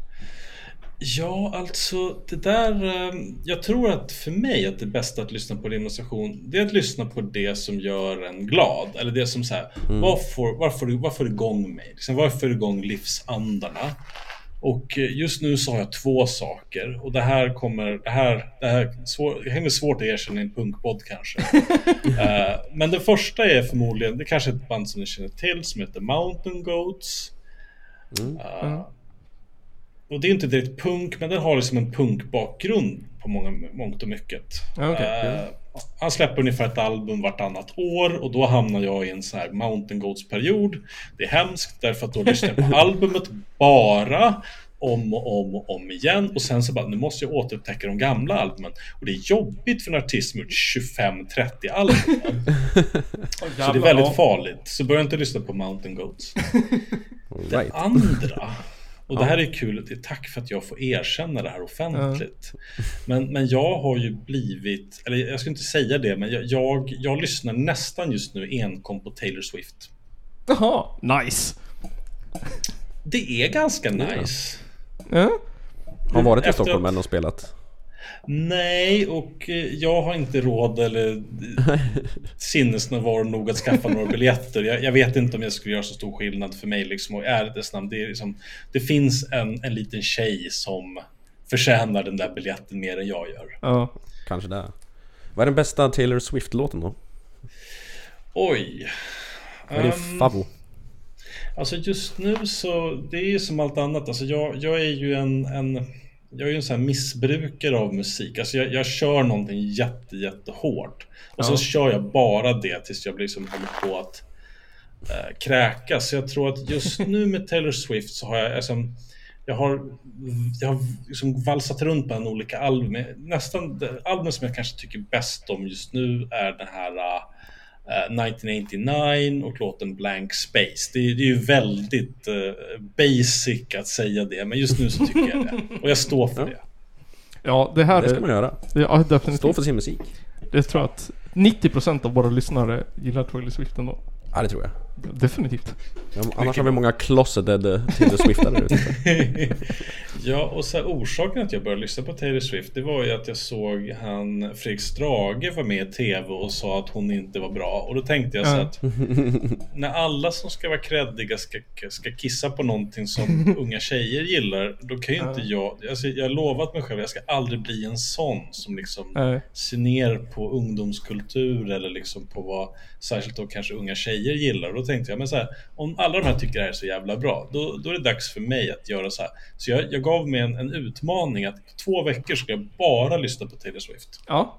Ja, alltså det där... eh, Jag tror att för mig att det bästa att lyssna på demonstration, det är att lyssna på det som gör en glad. Eller det som så här, Mm. vad får, vad får, vad får igång mig? Liksom, vad får igång livsandarna? Och eh, just nu så har jag två saker. Och det här kommer... Det här, det här svår, det är svårt att erkänna i en punkpodd kanske. Eh, men det första är förmodligen... Det är kanske ett band som ni känner till som heter Mountain Goats. Mm. Eh, Och det är inte direkt punk, men den har liksom en punkbakgrund på många, mångt och mycket. Ja, okej. Eh, han släpper ungefär ett album vartannat år och då hamnar jag i en sån här Mountain Goats-period. Det är hemskt därför att då lyssnar jag på albumet bara om och om och om igen. Och sen så bara, nu måste jag återupptäcka de gamla albumen. Och det är jobbigt för en artist som gjort tjugofem trettio album. Så det är väldigt farligt. Så börja inte lyssna på Mountain Goats. Det Right. andra, och det här är kul, det är tack för att jag får erkänna det här offentligt. Men, men jag har ju blivit, eller jag ska inte säga det, men jag, jag, jag lyssnar nästan just nu enkom på Taylor Swift. Jaha, nice. Det är ganska nice. Ja. Har hon varit i Efter Stockholm att- än och spelat? Nej, och eh, jag har inte råd eller sinnesnärvaro nog att skaffa några biljetter. Jag, jag vet inte om jag skulle göra så stor skillnad för mig liksom, och ärlighetens namn, det är liksom, det finns en, en liten tjej som förtjänar den där biljetten mer än jag gör. Ja. Kanske det. Vad är den bästa Taylor Swift-låten då? Oj. Vad är din Ehm, favvo? Alltså just nu så, det är ju som allt annat. Alltså jag, jag är ju en, en jag är ju en sån här missbrukare av musik. Alltså jag, jag kör någonting jätte, jätte hårt. Och Ja. så kör jag bara det tills jag blir liksom håller på att äh, kräkas. Så jag tror att just nu med Taylor Swift så har jag alltså, jag har, jag har liksom valsat runt på en olika album. Nästan det album som jag kanske tycker bäst om just nu är den här uh, nittonhundraåttionio och låten Blank Space. Det är, det är ju väldigt uh, basic att säga det, men just nu så tycker jag det. Och jag står för Ja. det. Ja, det här Det ska är... man göra. Ja, definitivt. Stå för sin musik. Det tror jag att nittio procent av våra lyssnare gillar Taylor Swift ändå. Ja, det tror jag. Definitivt. Ja, annars har vi många closeted Taylor Swiftare ute. Ja, och så här, orsaken att jag började lyssna på Taylor Swift, det var ju att jag såg han Fredrik Strage var med i tv och sa att hon inte var bra. Och då tänkte jag så Ja. att när alla som ska vara kreddiga ska, ska kissa på någonting som unga tjejer gillar, då kan ju inte jag, alltså jag har lovat mig själv, jag ska aldrig bli en sån som liksom Nej. ser ner på ungdomskultur eller liksom på vad särskilt då kanske unga tjejer gillar. Och då tänkte jag, men så här, om alla de här tycker det här är så jävla bra, då, då är det dags för mig att göra så här. Så jag, jag gav mig en, en utmaning att på två veckor ska jag bara lyssna på Taylor Swift. Ja.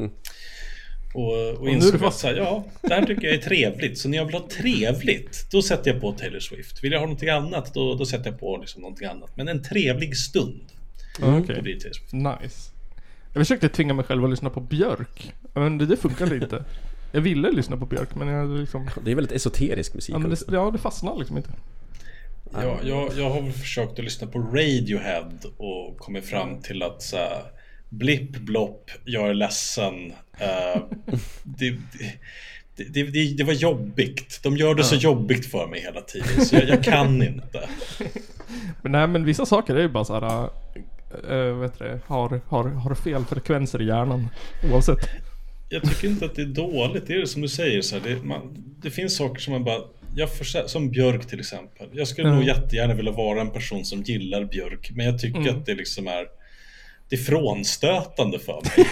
Och, och nu är insåg det att fast. så här, ja, det här tycker jag är trevligt. Så när jag vill ha trevligt, då sätter jag på Taylor Swift. Vill jag ha någonting annat, då, då sätter jag på liksom någonting annat. Men en trevlig stund, Ja, då okej. blir det Taylor Swift. Nice. Jag försökte tvinga mig själv att lyssna på Björk. Men det, det funkade inte. Jag ville lyssna på Björk, men jag liksom... Det är väldigt esoterisk musik Ja, men det, också. ja, det fastnade liksom inte. Ja, jag, jag har väl försökt att lyssna på Radiohead och kommit fram till att så här, blipp, blopp, jag är ledsen. Uh, det, det, det, det, det var jobbigt. De gör det så jobbigt för mig hela tiden, så jag, jag kan inte. Men nej, men vissa saker är ju bara så här... Äh, vet du, har, har, har fel frekvenser i hjärnan. Oavsett. Jag tycker inte att det är dåligt. Det är det som du säger så här, det, man, det finns saker som man bara jag för, som Björk till exempel. Jag skulle Mm. nog jättegärna vilja vara en person som gillar Björk, men jag tycker Mm. att det liksom är det är frånstötande för mig.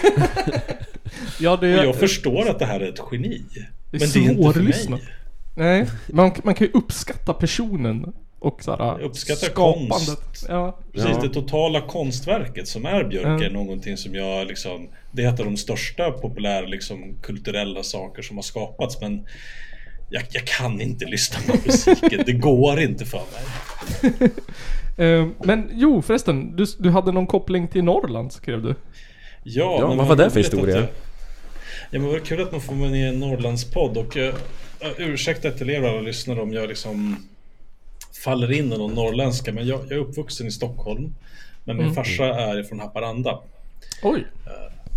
Ja, det Och är... jag förstår att det här är ett geni. Det är men det är inte för svårlyssna. mig. Nej, man, man kan ju uppskatta personen och såhär, Jag uppskattar skapandet. konst. Ja, Precis, Ja. det totala konstverket som är Björk Mm. är någonting som jag liksom, det är ett av de största populära liksom, kulturella saker som har skapats, men jag, jag kan inte lyssna på musiken. Det går inte för mig. Eh, men jo, förresten, du, du hade någon koppling till Norrland, skrev du. Ja, Ja, men vad man var det får för veta att historia? jag- Ja, men vad kul att man får vara med i en Norrlandspodd. Och uh, ursäkta till er alla lyssnare om jag liksom faller in i någon norrländska, men jag, jag är uppvuxen i Stockholm, men min Mm. farsa är från Haparanda. Oj.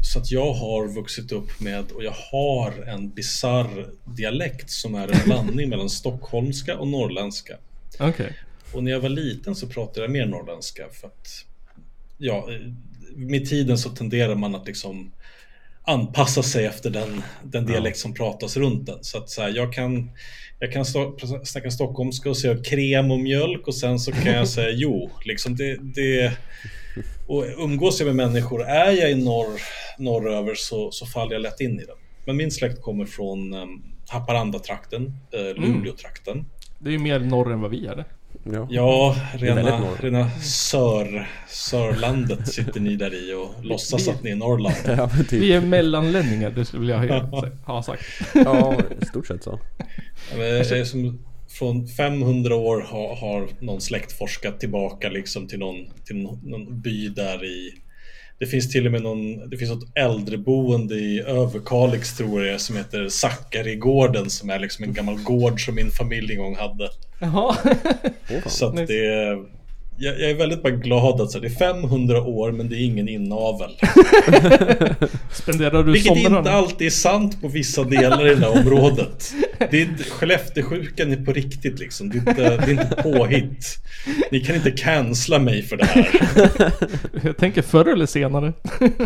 så att jag har vuxit upp med, och jag har en bizarr dialekt som är en blandning mellan stockholmska och norrländska. Okej. Okay. Och när jag var liten så pratade jag mer norrländska för att, ja, med tiden så tenderar man att liksom anpassa sig efter den, den dialekt som pratas runt den. Så att så här, jag kan jag kan stå, snacka stockholmska och säga krem och mjölk, och sen så kan jag säga jo, liksom det, det och umgås jag med människor, är jag i norr norröver så, så faller jag lätt in i den. Men min släkt kommer från um, Haparanda-trakten, uh, Luleå-trakten. Mm. Det är ju mer norr än vad vi är det. Ja, ja rena, rena sör, Sörlandet sitter ni där i och låtsas vi, att ni är Norrland. Ja, typ. Vi är mellanlänningar, det skulle jag ha, ha sagt. Ja, i stort sett så. Ja, det är som från femhundra år har, har någon släkt forskat tillbaka liksom till någon, till någon, någon by där i. Det finns till och med någon, det finns något äldreboende i Överkalix tror jag som heter Zackarigården, som är liksom en gammal gård som min familj en gång hade. Jaha. Så att det är, jag, jag är väldigt bara glad att så det är femhundra år men det är ingen inavel. Spenderar du Vilket somrarna? Inte alltid är sant på vissa delar i det här området. Det är inte, Skellefteåsjukan är på riktigt liksom. Det är inte, det är inte påhitt. Ni kan inte cancella mig för det här. Jag tänker förr eller senare.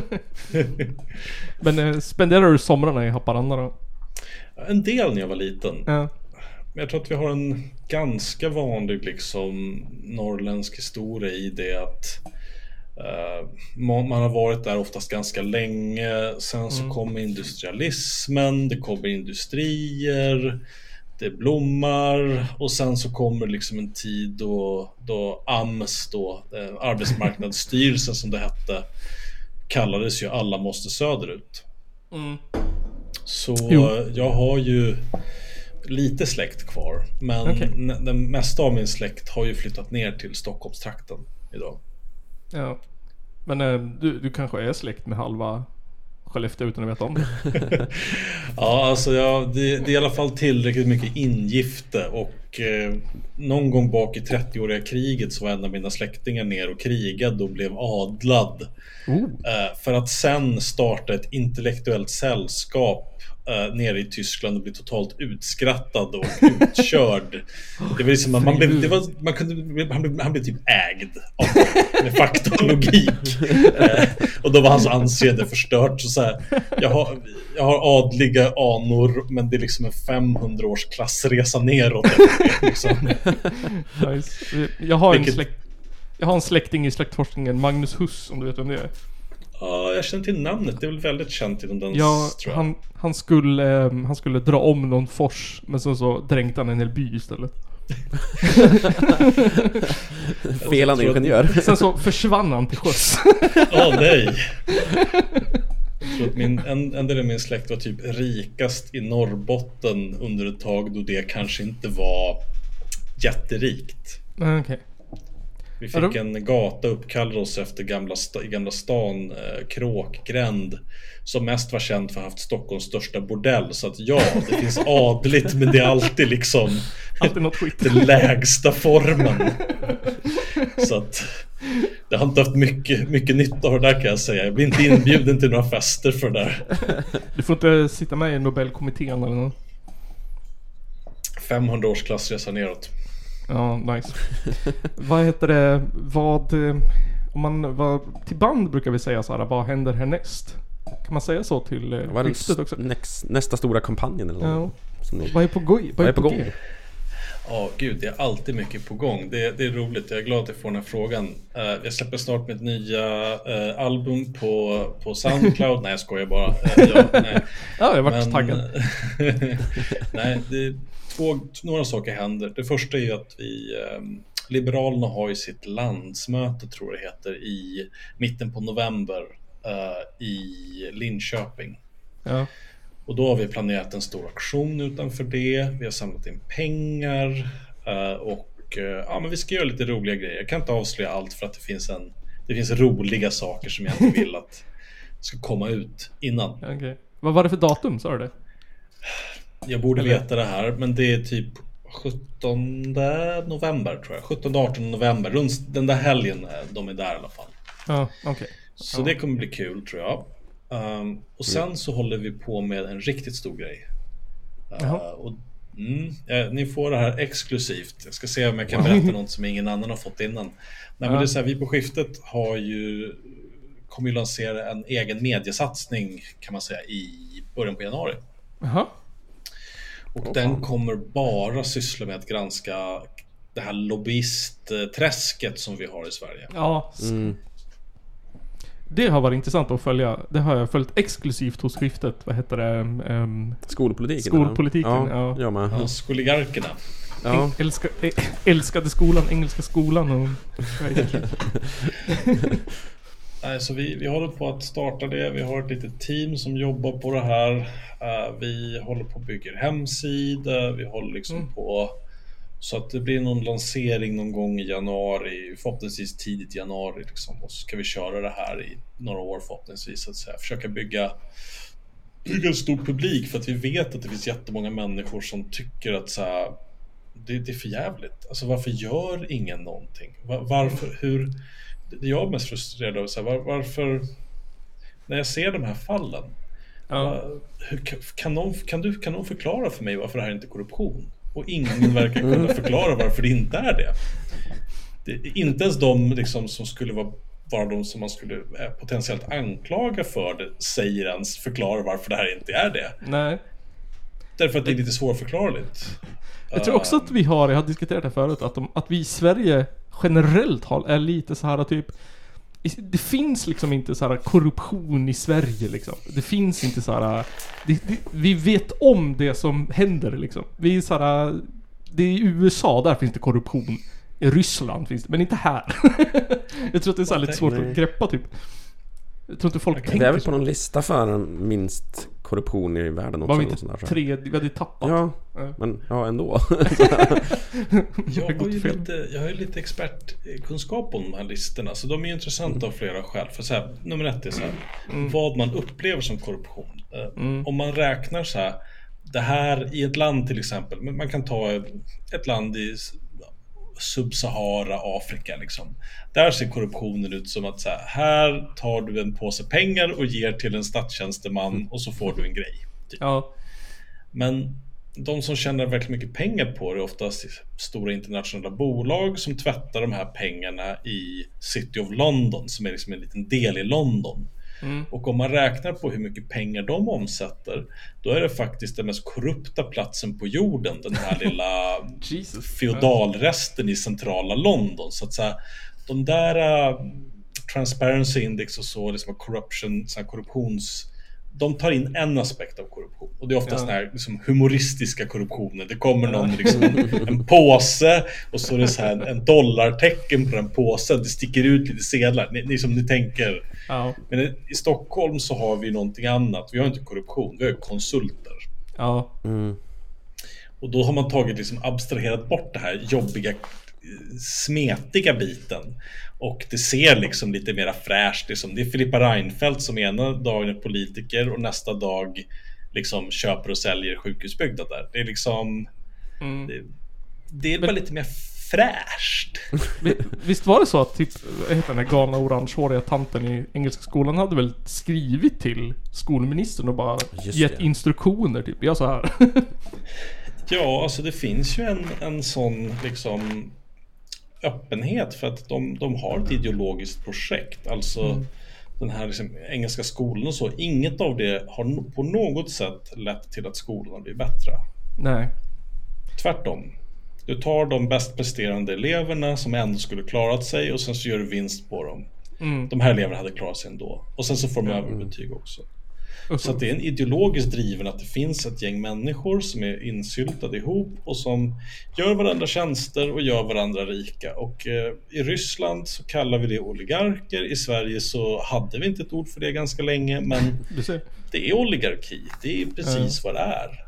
Men eh, spenderar du somrarna i Haparanda då? En del när jag var liten. Ja. Jag tror att vi har en ganska vanlig liksom norrländsk historia i det att uh, man, man har varit där oftast ganska länge. Sen så mm. kommer industrialismen, det kommer industrier, det blommar, och sen så kommer liksom en tid då, då A M S då, eh, arbetsmarknadsstyrelsen som det hette, kallades ju alla måste söderut. Mm. Så jo. Jag har ju lite släkt kvar, men okay. Den mesta av min släkt har ju flyttat ner till Stockholmstrakten idag. Ja. Men äh, du, du kanske är släkt med halva Skellefteå utan att veta om det. Ja, alltså ja, det, det är i alla fall tillräckligt mycket ingifte, och eh, någon gång bak i trettioåriga kriget så var en av mina släktingar ner och krigade och blev adlad. Oh. Eh, för att sen starta ett intellektuellt sällskap Uh, nere i Tyskland och bli totalt utskrattad och utkörd. Det var liksom, man, man blev, det var, man kunde, han, blev, han blev typ ägd av, med fakta och logik. Uh, och då var hans anseende förstört. Så så här, jag, har, jag har adliga anor, men det är liksom en femhundra års klassresa neråt. Liksom. Nice. Jag har en släkt, jag har en släkting i släktforskningen, Magnus Huss, om du vet vem det är. Ja, jag känner till namnet. Det är väl väldigt känt inom den. Ja, tror jag. Han, han, skulle, eh, han skulle dra om någon fors, men så, så dränkte han en hel by istället. Felande ingenjör. Sen så försvann han till sjöss. Ja, oh, nej. Jag tror att min, en, en del av min släkt var typ rikast i Norrbotten under ett tag då det kanske inte var jätterikt. Okej. Okay. Vi fick en gata uppkallad oss efter gamla, sta, i Gamla stan, eh, Kråkgränd, som mest var känd för att ha haft Stockholms största bordell. Så att ja, det finns adligt, men det är alltid liksom alltid något skit. Den lägsta formen. Så att det har inte haft mycket, mycket nytta av det där, kan jag säga. Jag blir inte inbjuden till några fester för det där. Du får inte sitta med i Nobelkommittén eller något. femhundra års klassresa neråt. Ja, nice. Vad heter det? Vad om man vad, till band brukar vi säga så här, vad händer härnäst? Kan man säga så till eh, vad är st- också? Näst, nästa stora kampanjen eller något? Ja. Vad är på gång? Vad är på gång? Ja, oh, gud, det är alltid mycket på gång. Det, det är roligt, jag är glad att jag får den här frågan. Uh, jag släpper snart mitt nya uh, album på, på Soundcloud. Nej, jag skojar bara. Uh, ja, nej. Ja, jag har varit taggad. Nej, det två, några saker händer. Det första är ju att vi um, Liberalerna har ju sitt landsmöte, tror jag det heter, i mitten på november uh, i Linköping. Ja. Och då har vi planerat en stor aktion utanför det. Vi har samlat in pengar uh, och uh, ja, men vi ska göra lite roliga grejer. Jag kan inte avslöja allt för att det finns en det finns roliga saker som jag inte vill att ska komma ut innan. Okay. Vad var det för datum, sa du det? Jag borde Eller? veta det här, men det är typ sjuttonde november, tror jag. sjuttonde artonde november. Runt den där helgen, de är där i alla fall. Ja, okej. Okay. Så ja. det kommer bli kul, tror jag. Um, och sen så håller vi på med en riktigt stor grej. Uh, och, mm, eh, ni får det här exklusivt. Jag ska se om jag kan berätta något som ingen annan har fått innan. Nej, men det är så här, vi på Skiftet har ju kommer ju lansera en egen mediesatsning kan man säga i början på januari. Jaha. Och den kommer bara syssla med att granska det här lobbyistträsket som vi har i Sverige. Ja. Mm. Det har varit intressant att följa. Det har jag följt exklusivt hos Skiftet. Vad heter det? Um, Skolpolitiken. Skolpolitiken, ja. ja. Ja, med. Ja, skoligarkerna. Ja. Älska, ä, älskade skolan, engelska skolan och... Nej, så vi, vi håller på att starta det. Vi har ett litet team som jobbar på det här. Uh, vi håller på att bygga hemsida. Vi håller liksom mm. på... Så att det blir någon lansering någon gång i januari. Förhoppningsvis tidigt i januari liksom. Och så ska vi köra det här i några år förhoppningsvis. Att säga. Försöka bygga, bygga en stor publik. För att vi vet att det finns jättemånga människor som tycker att så här, det, det är för jävligt. Alltså varför gör ingen någonting? Var, varför, hur... Det jag är mest frustrerad av, så här, var, varför när jag ser de här fallen ja. var, hur, kan, någon, kan, du, kan någon förklara för mig varför det här inte är korruption? Och ingen verkar kunna förklara varför det inte är det. Det är inte ens de liksom, som skulle vara, vara de som man skulle potentiellt anklaga för det säger ens förklara varför det här inte är det. Nej. Därför att det är lite svårförklarligt. Jag tror också att vi har, jag har diskuterat det förut, att, de, att vi i Sverige generellt har, är lite så här typ, det finns liksom inte så här korruption i Sverige liksom. Det finns inte så här, det, det, vi vet om det som händer liksom. Vi är så här, det är i U S A, där finns det korruption. I Ryssland finns det, men inte här. Jag tror att det är så här lite svårt att greppa typ. Jag tror inte folk tänker. Det är väl på någon lista för minst korruption i världen också. Var vi inte tre, vi hade tappat. Ja, men ja ändå. jag, har ju lite, jag har ju lite expertkunskap om de här listorna. Så de är ju intressanta av flera skäl. För så här, nummer ett är så här, mm. vad man upplever som korruption. Mm. Om man räknar så här, det här i ett land till exempel. Man kan ta ett land i Sub-Sahara Afrika liksom. Där ser korruptionen ut som att så här, här tar du en påse pengar och ger till en statstjänsteman och så får du en grej typ. Ja. Men de som tjänar väldigt mycket pengar på det är oftast stora internationella bolag som tvättar de här pengarna i City of London, som är liksom en liten del i London. Mm. Och om man räknar på hur mycket pengar de omsätter, då är det faktiskt den mest korrupta platsen på jorden, den här lilla feodalresten i centrala London. Så att så här, de där uh, Transparency Index och så, liksom corruption, så här korruptions, de tar in en aspekt av korruption. Och det är ofta ja. såna här liksom, humoristiska korruptioner. Det kommer någon liksom, en påse och så är det så här en dollartecken på den påsen. Det sticker ut lite sedlar. Ni, ni som ni tänker. Ja. Men i Stockholm så har vi någonting annat. Vi har inte korruption, vi har konsulter. Ja. Mm. Och då har man tagit liksom abstraherat bort det här jobbiga, smetiga biten. Och det ser liksom lite mer fräscht. Liksom. Det är Filippa Reinfeldt som ena dagen är politiker och nästa dag liksom köper och säljer sjukhusbyggnader där. Det är liksom mm. det, det är bara lite mer fräscht. Visst var det så att typ, vad heter den här galna orangehåriga tanten i engelska skolan hade väl skrivit till skolministern och bara Just gett det. instruktioner typ, ja så här. Ja, alltså det finns ju en, en sån liksom öppenhet för att de, de har ett ideologiskt projekt. Alltså mm. den här liksom, engelska skolan och så. Inget av det har på något sätt lett till att skolorna blir bättre. Nej. Tvärtom. Du tar de bäst presterande eleverna som ändå skulle klarat sig och sen så gör du vinst på dem. Mm. De här eleverna hade klarat sig ändå. Och sen så får de mm. överbetyg också. Mm. Så att det är en ideologiskt driven att det finns ett gäng människor som är insyltade ihop och som gör varandra tjänster och gör varandra rika. Och eh, i Ryssland så kallar vi det oligarker. I Sverige så hade vi inte ett ord för det ganska länge, men det är oligarki. Det är precis mm. vad det är.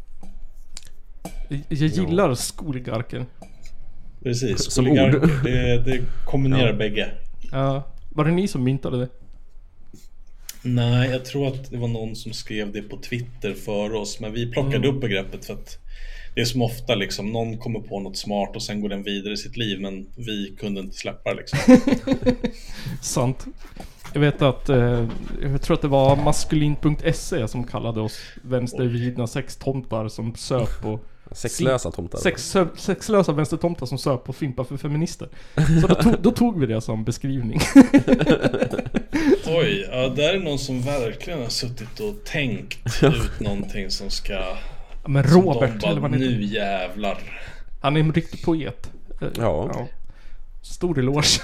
Jag gillar ja. skoligarker. Precis, skoligarker. Det, det kombinerar ja. bägge. Ja. Var det ni som myntade det? Nej, jag tror att det var någon som skrev det på Twitter för oss. Men vi plockade mm. upp begreppet för att det är som ofta liksom, någon kommer på något smart och sen går den vidare i sitt liv. Men vi kunde inte släppa det liksom. Sant. Jag vet att, eh, jag tror att det var maskulin punkt se som kallade oss vänstervridna sextomtar som söp på... Sexlösa tomtar. Sex, sexlösa vänstertomtar som söp på fimpa för feminister. Så då tog, då tog vi det som beskrivning. Oj, ja, där är någon som verkligen har suttit och tänkt ut någonting som ska... Men som Robert, de eller vad bara, han heter. nu jävlar. Han är en riktig poet. Eh, Ja. Stor eloge.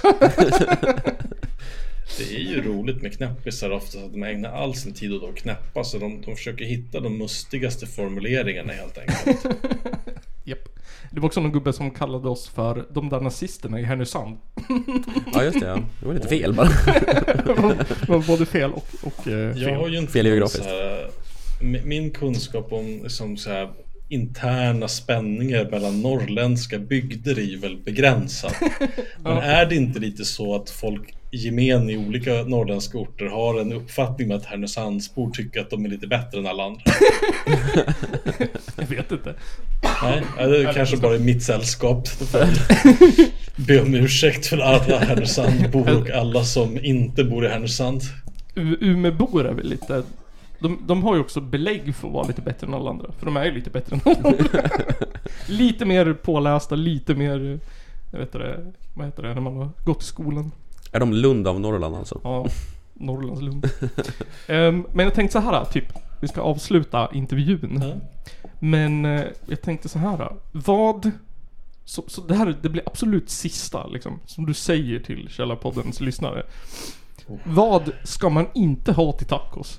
Det är ju roligt med knäppisar ofta att de ägnar all sin tid åt att knäppa, så de, de försöker hitta de mustigaste formuleringarna helt enkelt. Japp. Det var också någon gubbe som kallade oss för de där nazisterna i Härnösand. Ja, just det, ja. Det var lite fel bara. Det var både fel och, och eh, fel. Jag har ju inte Fel någon geografiskt. så här, min- min kunskap om liksom så här, interna spänningar mellan norrländska bygder är ju väl begränsad. Men är det inte lite så att folk i gemen i olika norrländska orter har en uppfattning med att Härnösandsbor tycker att de är lite bättre än alla andra? Jag vet inte. Nej, det är kanske bara i mitt sällskap. Be om ursäkt för alla Härnösandbor och alla som inte bor i Härnösand. U- Umebor är väl lite... De, de har ju också belägg för att vara lite bättre än alla andra. För de är ju lite bättre än alla andra. Lite mer pålästa, lite mer... Jag vet inte, vad heter det när man har gått i skolan? Är de Lund av Norrland alltså? Ja, Norrlands Lund. um, Men jag tänkte så här, typ, vi ska avsluta intervjun. Ja. Men uh, jag tänkte så här, vad... Så, så det här det blir absolut sista, liksom, som du säger till Källarpoddens lyssnare. Vad ska man inte ha till tacos?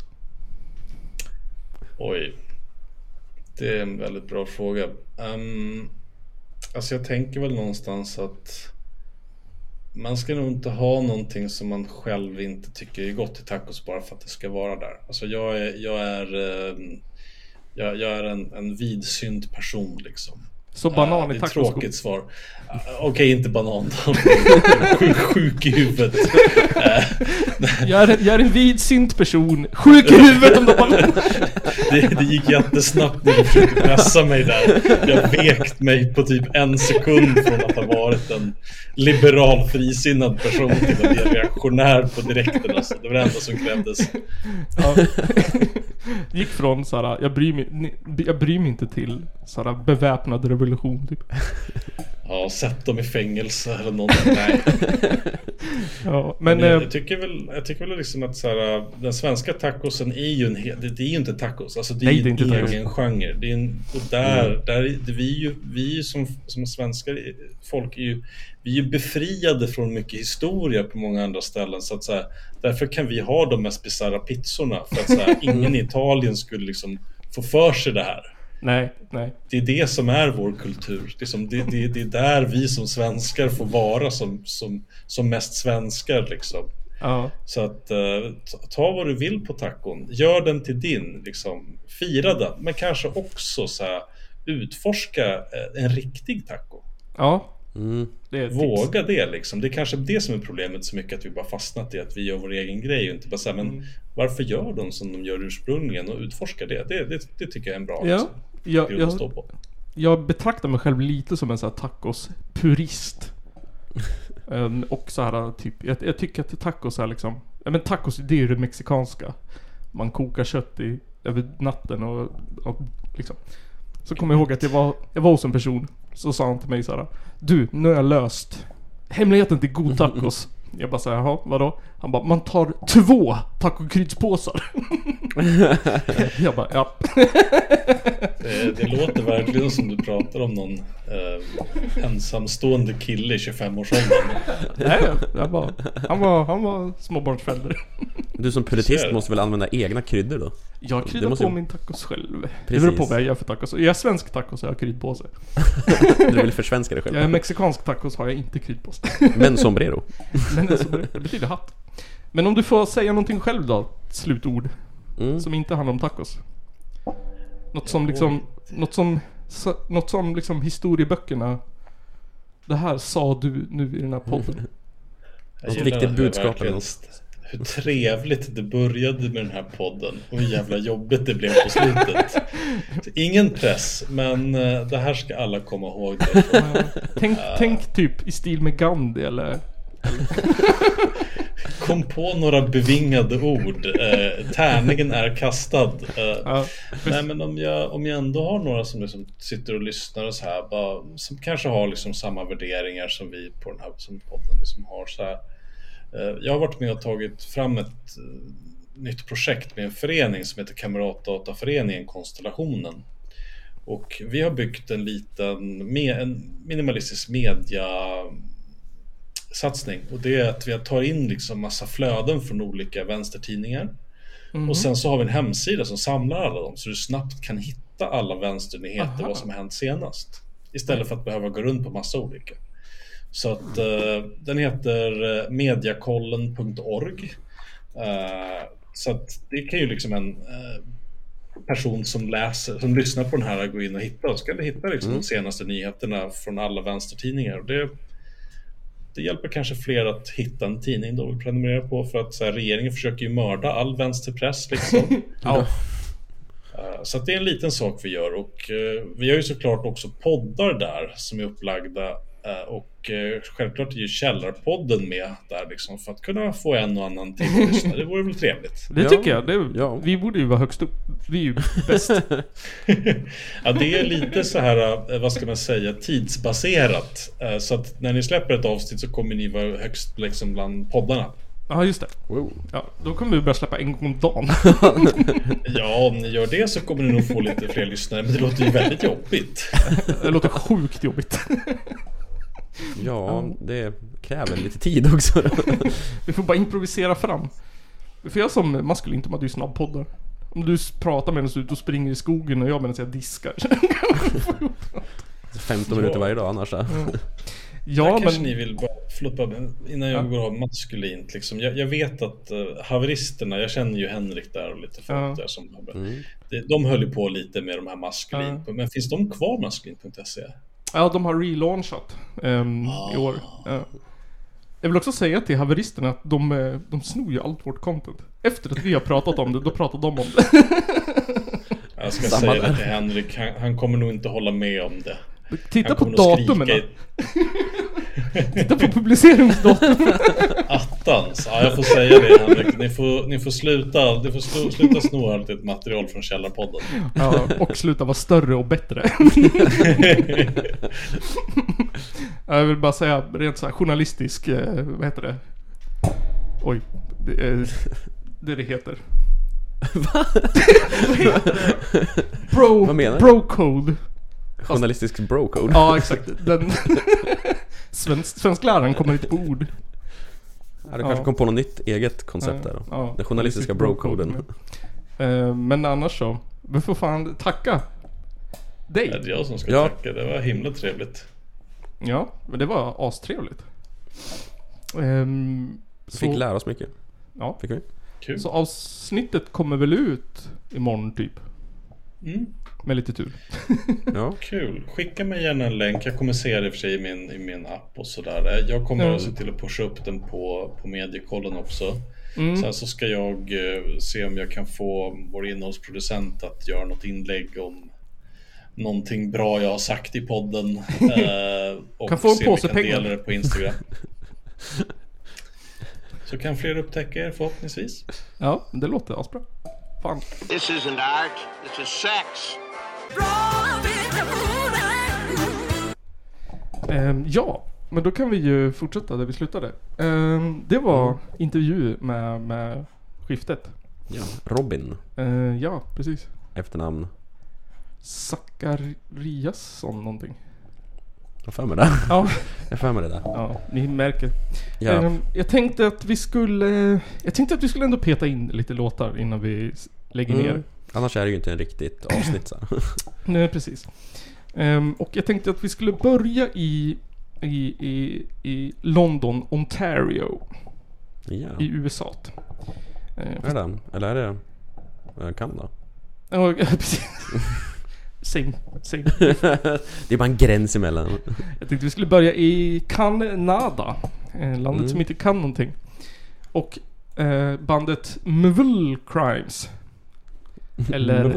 Oj. Det är en väldigt bra fråga. Um, alltså jag tänker väl någonstans att man ska nog inte ha någonting som man själv inte tycker är gott i tacos bara för att det ska vara där. Alltså jag är, jag är, um, jag, jag är en, en vidsynt person liksom. Så banan Uh, i det är tacos? ett tråkigt svar. Uh, Okej, okay, inte banan. sjuk, sjuk i huvudet. Uh, Jag är, en, jag är en vidsynt person. Sjuk i huvudet. det, det gick jättesnabbt när du försökte pressa mig där. Jag vekt mig på typ en sekund från att ha varit en liberal frisinnad person till att bli reaktionär på direkten. Alltså. Det var det enda som krävdes. Ja. Gick från såhär, jag bryr mig, jag bryr mig inte till såhär beväpnad revolution typ. Ja, sätt dem i fängelse eller någonting. Nej. Ja, men, men jag, eh, jag tycker väl, jag tycker väl liksom att så här, den svenska tacosen är ju en det, det är ju inte tacos, alltså det är Nej, ju det är inte en tacos. egen genre. Det är en, och där, mm. där det, vi ju vi som som svenskar folk är ju vi är ju befriade från mycket historia på många andra ställen, så att så här, därför kan vi ha de mest bizarra pizzorna för att så här, ingen i Italien skulle liksom få för sig det här. nej, nej. Det är det som är vår kultur. Det är, som, det, det, det är där vi som svenskar får vara som, som, som mest svenskar liksom. Ja. Så att uh, ta vad du vill på tacon. Gör den till din liksom. Fira den. Men kanske också så här, utforska uh, en riktig taco. Ja. Mm. Det är ett Våga det liksom. Det är kanske det som är problemet så mycket, att vi bara fastnat i att vi gör vår egen grej och inte bara säga, men Mm. varför gör de som de gör ursprungligen och utforska det? Det, det, det tycker jag är en bra Ja. liksom, Jag, grund att stå jag, på. jag betraktar mig själv lite som en sån här tacos-purist. um, och så här typ, jag, jag tycker att tacos är liksom, ja men tacos det är ju det mexikanska. Man kokar kött i, över natten och, och liksom. Så kommer jag ihåg att jag var, jag var hos en person. Så sa han till mig så här: du, nu har jag löst hemligheten till god tacos. Jag bara säger, jaha, vadå? Han bara, man tar två tacokryddspåsar. Jag bara, ja. Det, det låter verkligen som du pratar om någon eh, ensamstående kille i tjugofem-årsåldern. Nej, jag bara, han var, han var småbarnsförälder. Du som puritist måste väl använda egna kryddor då? Jag kryddar måste- på min tacos själv. Precis. Det beror på vad jag gör för tacos. Jag är svensk tacos så jag har kryddpåse. Du vill försvenska dig Jag själv. är mexikansk tacos har jag inte kryddpåse. Men sombrero. Men det, är så, det betyder hatt. Men om du får säga någonting själv då, slutord, Mm. som inte handlar om tacos. Något som liksom, något som, så- något som liksom historieböckerna, det här sa du nu i den här podden. Jag Något gillar viktigt att vi budskap eller verkligen- något. Hur trevligt det började med den här podden och hur jävla jobbigt det blev på slutet. Ingen press, men eh, det här ska alla komma ihåg. Tänk, tänk typ i stil med Gandhi eller Kom på några bevingade ord. Eh, tärningen är kastad. Eh, Ja, nej, men om jag, om jag ändå har några som liksom sitter och lyssnar och så här, bara, som kanske har liksom samma värderingar som vi på den här som podden liksom har så här. Eh, jag har varit med och tagit fram ett eh, nytt projekt med en förening som heter Kamratdataföreningen Konstellationen. Och vi har byggt en liten med, en minimalistisk media satsning, och det är att vi tar in liksom massa flöden från olika vänstertidningar. Mm. Och sen så har vi en hemsida som samlar alla dem, så du snabbt kan hitta alla vänsternyheter. Aha. Vad som har hänt senast, istället för att behöva gå runt på massa olika. Så att uh, den heter mediakollen punkt org. uh, så att det kan ju liksom en uh, person som läser, som lyssnar på den här gå in och hitta, och så kan du hitta liksom mm. de senaste nyheterna från alla vänstertidningar. Och det Det hjälper kanske fler att hitta en tidning de vill prenumerera på, för att så här, regeringen försöker ju mörda all vänsterpress liksom. Ja. Uh, så att det är en liten sak vi gör, och uh, vi har ju såklart också poddar där som är upplagda, uh, och uh, självklart är ju Källarpodden med där liksom, för att kunna få en och annan till att lyssna. Det vore väl trevligt. Det tycker jag. Det är, ja. Vi borde ju vara högst upp. Vi är ju bäst. Ja, det är lite så här, vad ska man säga, tidsbaserat. Så att när ni släpper ett avsnitt så kommer ni vara högst liksom bland poddarna. Ja, just det. Wow. Ja, då kommer vi börja släppa en gång om dagen. Ja, om ni gör det så kommer ni nog få lite fler lyssnare, men det låter ju väldigt jobbigt. Det låter sjukt jobbigt. Ja, det kräver lite tid också. Vi får bara improvisera fram. Vi får göra som maskulint om att du snabbpoddar. Om du pratar medan du, du springer i skogen och jag medan jag diskar. femton minuter varje dag annars. Ja, ja men kanske ni vill bara fluppa innan jag ja. går av maskulint liksom. jag, jag vet att uh, haveristerna, jag känner ju Henrik där och lite folk ja. där som mm. de, de höll ju på lite med de här maskulint, ja. men finns de kvar maskulint punkt se? Ja, de har relaunchat um, ah. i år. Ja. Jag vill också säga till haveristerna att de, de snor ju allt vårt content. Efter att vi har pratat om det, då pratar de om det. Jag ska Samma säga det till Henrik, han, han kommer nog inte hålla med om det. Titta på datumen. Titta på publiceringsdatum. Attans, ja, jag får säga det Henrik. Ni får, ni får sluta Ni får slu, sluta sno allt ett material från Källarpodden. Ja, och sluta vara större och bättre. Jag vill bara säga rent så här journalistisk, vad heter det? Oj, det är det det heter. Va? Bro, vad menar du? Bro code. Journalistisk bro-code. Ja, exakt. Den svensk, svenskläraren kommer inte på ord. Ja, du kanske ja. kom på något nytt eget koncept där då. Ja, den journalistiska bro-coden. Uh, men annars så, vi får fan tacka dig. Det är jag som ska ja. tacka, det var himla trevligt. Ja, men det var astrevligt. Um, vi fick så, lära oss mycket. Ja. Fick vi? Kul. Så avsnittet kommer väl ut imorgon typ. Mm. Med lite tur. Ja. Kul. Skicka mig gärna en länk. Jag kommer se det i och för sig i min, i min app och sådär. Jag kommer mm. att se till att pusha upp den på, på Mediekollen också. Mm. Sen så ska jag uh, se om jag kan få vår innehållsproducent att göra något inlägg om någonting bra jag har sagt i podden. Uh, och kan få en se påse om vi kan pengar. dela det på Instagram. Så kan fler upptäcka er förhoppningsvis. Ja, det låter asbra. Fan. This isn't art, this is sex. Um, ja, men då kan vi ju fortsätta där vi slutade. Um, det var mm. intervju med, med skiftet. Ja, Robin. Uh, ja, precis. Efternamn? Zachariasson någonting. Jag för mig det. Ja. Jag för mig det där. Ja, ni märker. Ja. Um, jag tänkte att vi skulle Jag tänkte att vi skulle ändå peta in lite låtar innan vi lägger mm. ner. Annars är det ju inte en riktigt avsnitt så. Nej, precis. Um, och jag tänkte att vi skulle börja i i, i, i London, Ontario. Ja. I U S A. Uh, är det? Eller är det uh, Kanada? Ja, precis. Same, same. Det är bara en gräns emellan. Jag tänkte vi skulle börja i Kanada, landet mm. som inte kan någonting. Och eh, bandet Mvl Crimes. Eller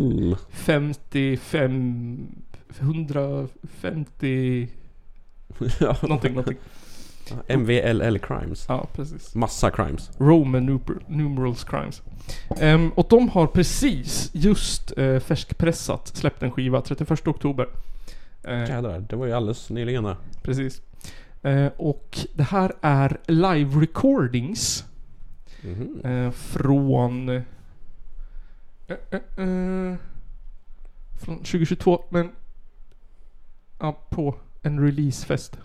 femtiofem hundrafemtio ja. någonting, någonting. M V L L Crimes. Ja, precis. Massa crimes. Roman numer- numerals crimes. Um, och de har precis just uh, färskpressat, släppt en skiva trettioförsta oktober. Uh, Jädrar, det var ju alldeles nyligen där. precis. Uh, och det här är live recordings Mhm. uh, från uh, uh, uh, från tjugohundratjugotvå, men ja, på en releasefest.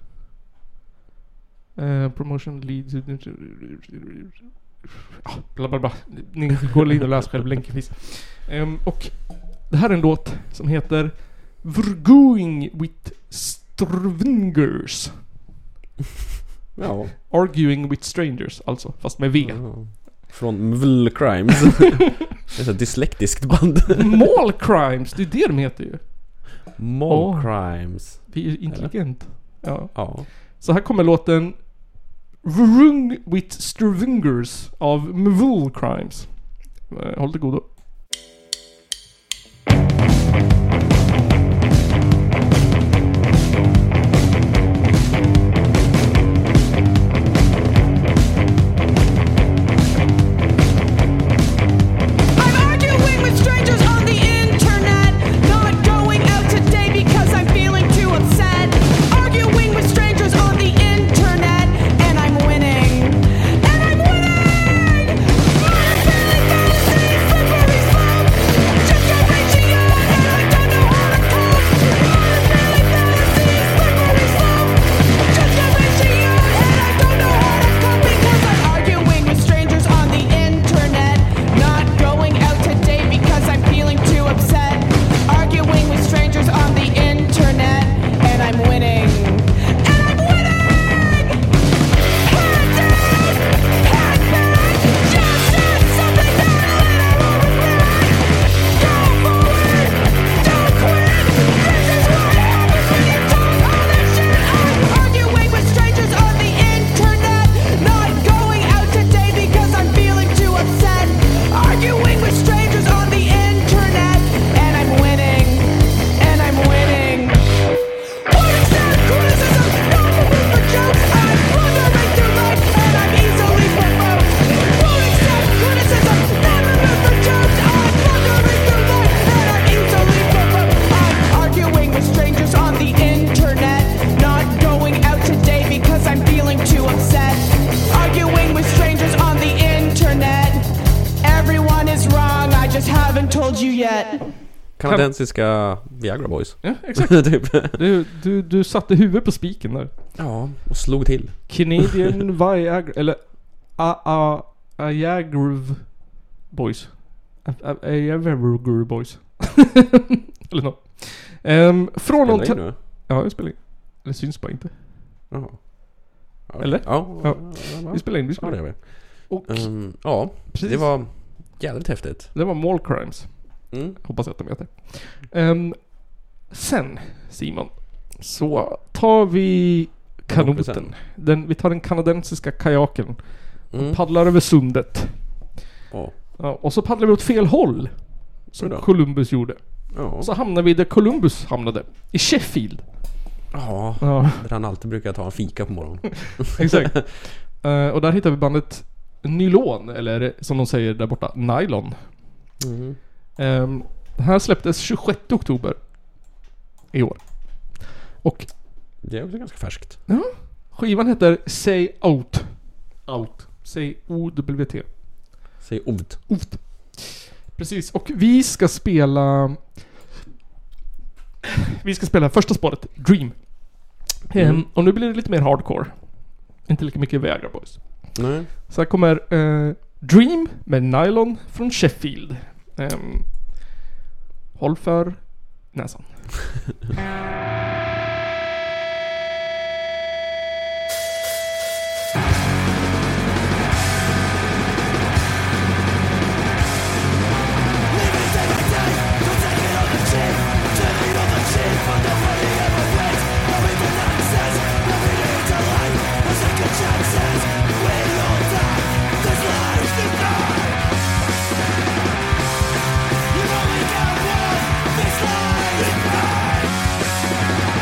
Uh, promotion leads... Ah, bla bla bla. Ni går in och läser själv, länken finns. Um, och det här är en låt som heter Vergoing with Strvingers. Ja. Arguing with strangers, alltså, fast med V. Ja. Från M V L Crimes. Det är ett dyslektiskt band. Mall Crimes, det är det de heter ju. Mall Åh. Crimes. Vi är intelligent. Ja. Ja. Så här kommer låten Verung with Strvingers av M V L Crimes. Eh, Håll det godo. I'm arguing with strangers on the internet, not going out today because I'm feeling too upset. Arguing with strangers on the internet, and I'm winning, and I'm winning. I'm feeling fantasy, slippery slope. Just keep reaching out, and I don't know how to cope. I'm feeling fantasy, slippery slope. Just keep reaching out, and I don't know how to cope because I'm arguing with strangers on the internet, not going out today because I'm feeling too upset. Arguing with strangers on the internet, and I'm winning. And I'm winning! Head down! Head back! Just said something that later I'll regret. Go forward! Don't quit! This is what happens when you talk all that shit. I'm arguing with strangers on the internet, not going out today because I'm feeling too upset. Arguing with strangers on the internet, and I'm winning, and I'm winning. Won't accept criticism, not for room for jokes. I'm blundering through life, and I'm easily provoked. Won't accept criticism, not for room for jokes. I'm blundering through life, and I'm easily provoked. I'm arguing with strangers on the internet, not going out today because I'm feeling too upset. Arguing with strangers on the internet. Everyone is wrong, I just haven't told you yet. Kanadensiska Viagra Boys. Ja, exakt. Typ. Du, du, du satte huvudet på spiken där. Ja, och slog till. Canadian Viagra, eller A A Viagra Boys. A A Viagra Boys. Eller nåt. Um, från Spelar in Ontario. nu? Ja, vi spelar in. Det syns bara inte. Jaha. Ja, Eller? Ja. Ja. ja. Vi spelar in, vi Ja, spelar det in. gör vi. Och Um, ja, Precis. det var jävligt häftigt. det var Mall Crimes. Mm. Hoppas jag att de heter. Um, sen, Simon, så tar vi kanoten. Den, vi tar den kanadensiska kajaken. Mm. Paddlar över sundet. Ja. Ja, och så paddlar vi åt fel håll. Som Hur då? Columbus gjorde. Ja. Och så hamnar vi där Columbus hamnade. I Sheffield. Ja, Ja, där han alltid brukar ta en fika på morgonen. exakt. Uh, och där hittar vi bandet Nylon, eller som de säger där borta, Nylon. Mm. Um, det här släpptes tjugosjätte oktober i år. Och Det är också ganska färskt. skivan heter Say Out. Out. Say O W T. Säg ovt. Out. Precis, och vi ska spela... Vi ska spela första spåret, Dream. Mm. Um, och nu blir det lite mer hardcore. Inte lika mycket Viagra Boys. Nej. Så här kommer uh, Dream med Nylon från Sheffield. Um, håll för näsan. You only got one, this life is mine.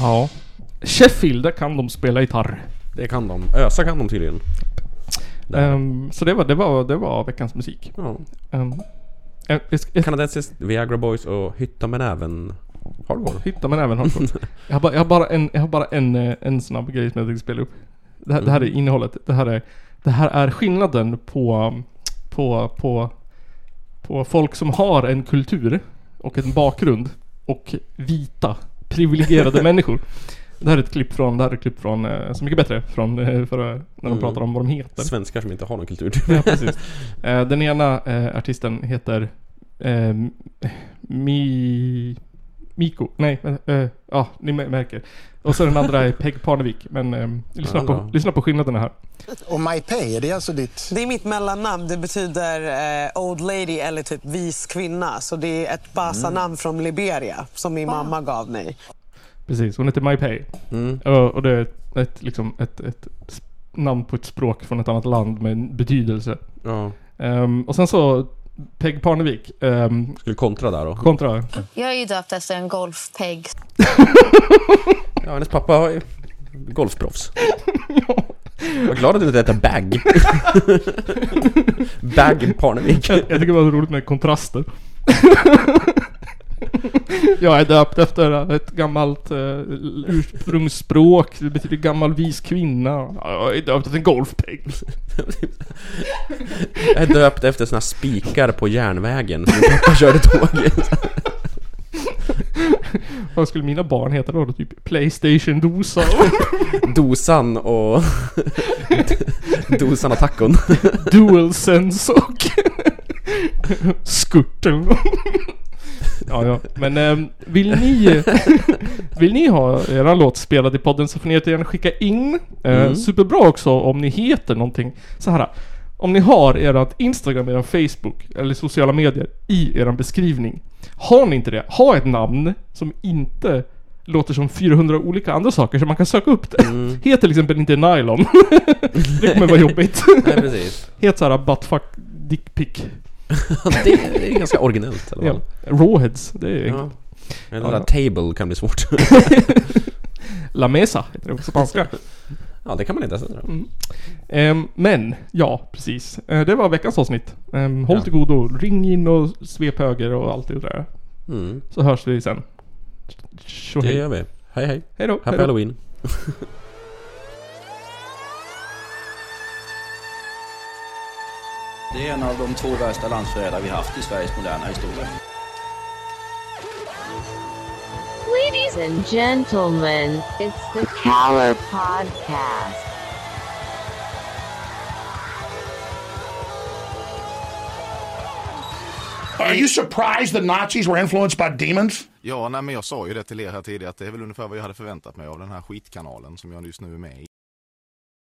Ja. Sheffield, där kan de spela gitarr. Det kan de. Ösa kan de tydligen. Um, så det var, det, var, det var veckans musik. Ja. Um, ett, ett, Kanadensiskt Viagra Boys och Hytta men även Hardcore. Hitta men även Hardcore. jag, har bara, jag har bara en, jag har bara en, en snabb grej som jag tänkte spela upp. Det här, mm. det här är innehållet. Det här är, det här är skillnaden på, på, på, på folk som har en kultur och en bakgrund och vita, privilegierade människor. Det här är ett klipp från, det här är ett klipp från eh, Så mycket bättre från eh, förra, när de mm. pratar om vad de heter. Svenskar som inte har någon kultur. Ja, precis. Eh, den ena eh, artisten heter eh, Mi Miko. Nej, ja, eh, ah, ni märker. Och så den andra är Peg Parnevik. Men eh, lyssna, ja, på, lyssna på skillnaderna här. Och MyPay, är det alltså ditt? Det är mitt mellannamn. Det betyder eh, old lady eller typ vis kvinna. Så det är ett basanamn mm. från Liberia som min wow. mamma gav mig. Precis, hon heter MyPay. Mm. Och, och det är ett, ett, liksom, ett, ett namn på ett språk från ett annat land med en betydelse. Ja. Um, och sen så Peg Parnevik. Um, Skulle kontra där då? Kontra. Jag är ju döpt efter en golfpeg. Ja, hennes pappa har ju golfproffs. Ja. Jag är glad att du inte heter Bag. Bag Parnevik. Jag, jag tycker det var roligt med kontraster. Jag är döpt efter ett gammalt uh, ursprungsspråk. Det betyder gammal vis kvinna. Jag är döpt efter en golfpeg. Jag är döpt efter såna spikar på järnvägen som pappa körde tåget. Vad skulle mina barn heta då? Typ PlayStation Dosa. Dosan och Dosan och tacon. DualSense och Skurten. Ja, ja. Men ähm, vill ni vill ni ha era låt spelad i podden så får ni gärna skicka in. Äh, mm. Superbra också om ni heter någonting. Så här. Om ni har ert Instagram, er Facebook eller sociala medier i er beskrivning. Har ni inte det? Ha ett namn som inte låter som fyrahundra olika andra saker så man kan söka upp det. Mm. Het till exempel inte Nylon. Det kommer vara jobbigt. Nej, precis. Het såhär buttfuck dickpic. det, är, det är ganska originellt eller ja. Rawheads, det är ja. En ja, ja. Table kan bli svårt. La Mesa heter det på spanska. Ja, det kan man inte säga. Mm. Um, men, ja, precis. Uh, det var veckans avsnitt. Um, håll ja. till godo. Ring in och svep höger och allt det där. Mm. Så hörs vi sen. Så det hej. gör vi. Hej hej. Hej då. Happy hej då. Halloween. Det är en av de två värsta landsförrädare vi haft i Sveriges moderna historia. Ladies and gentlemen, it's the Caller Podcast. Are you surprised the Nazis were influenced by demons? Ja, nej, men jag sa ju det till er här tidigare att det är väl ungefär vad jag hade förväntat mig av den här skitkanalen som jag just nu är med i.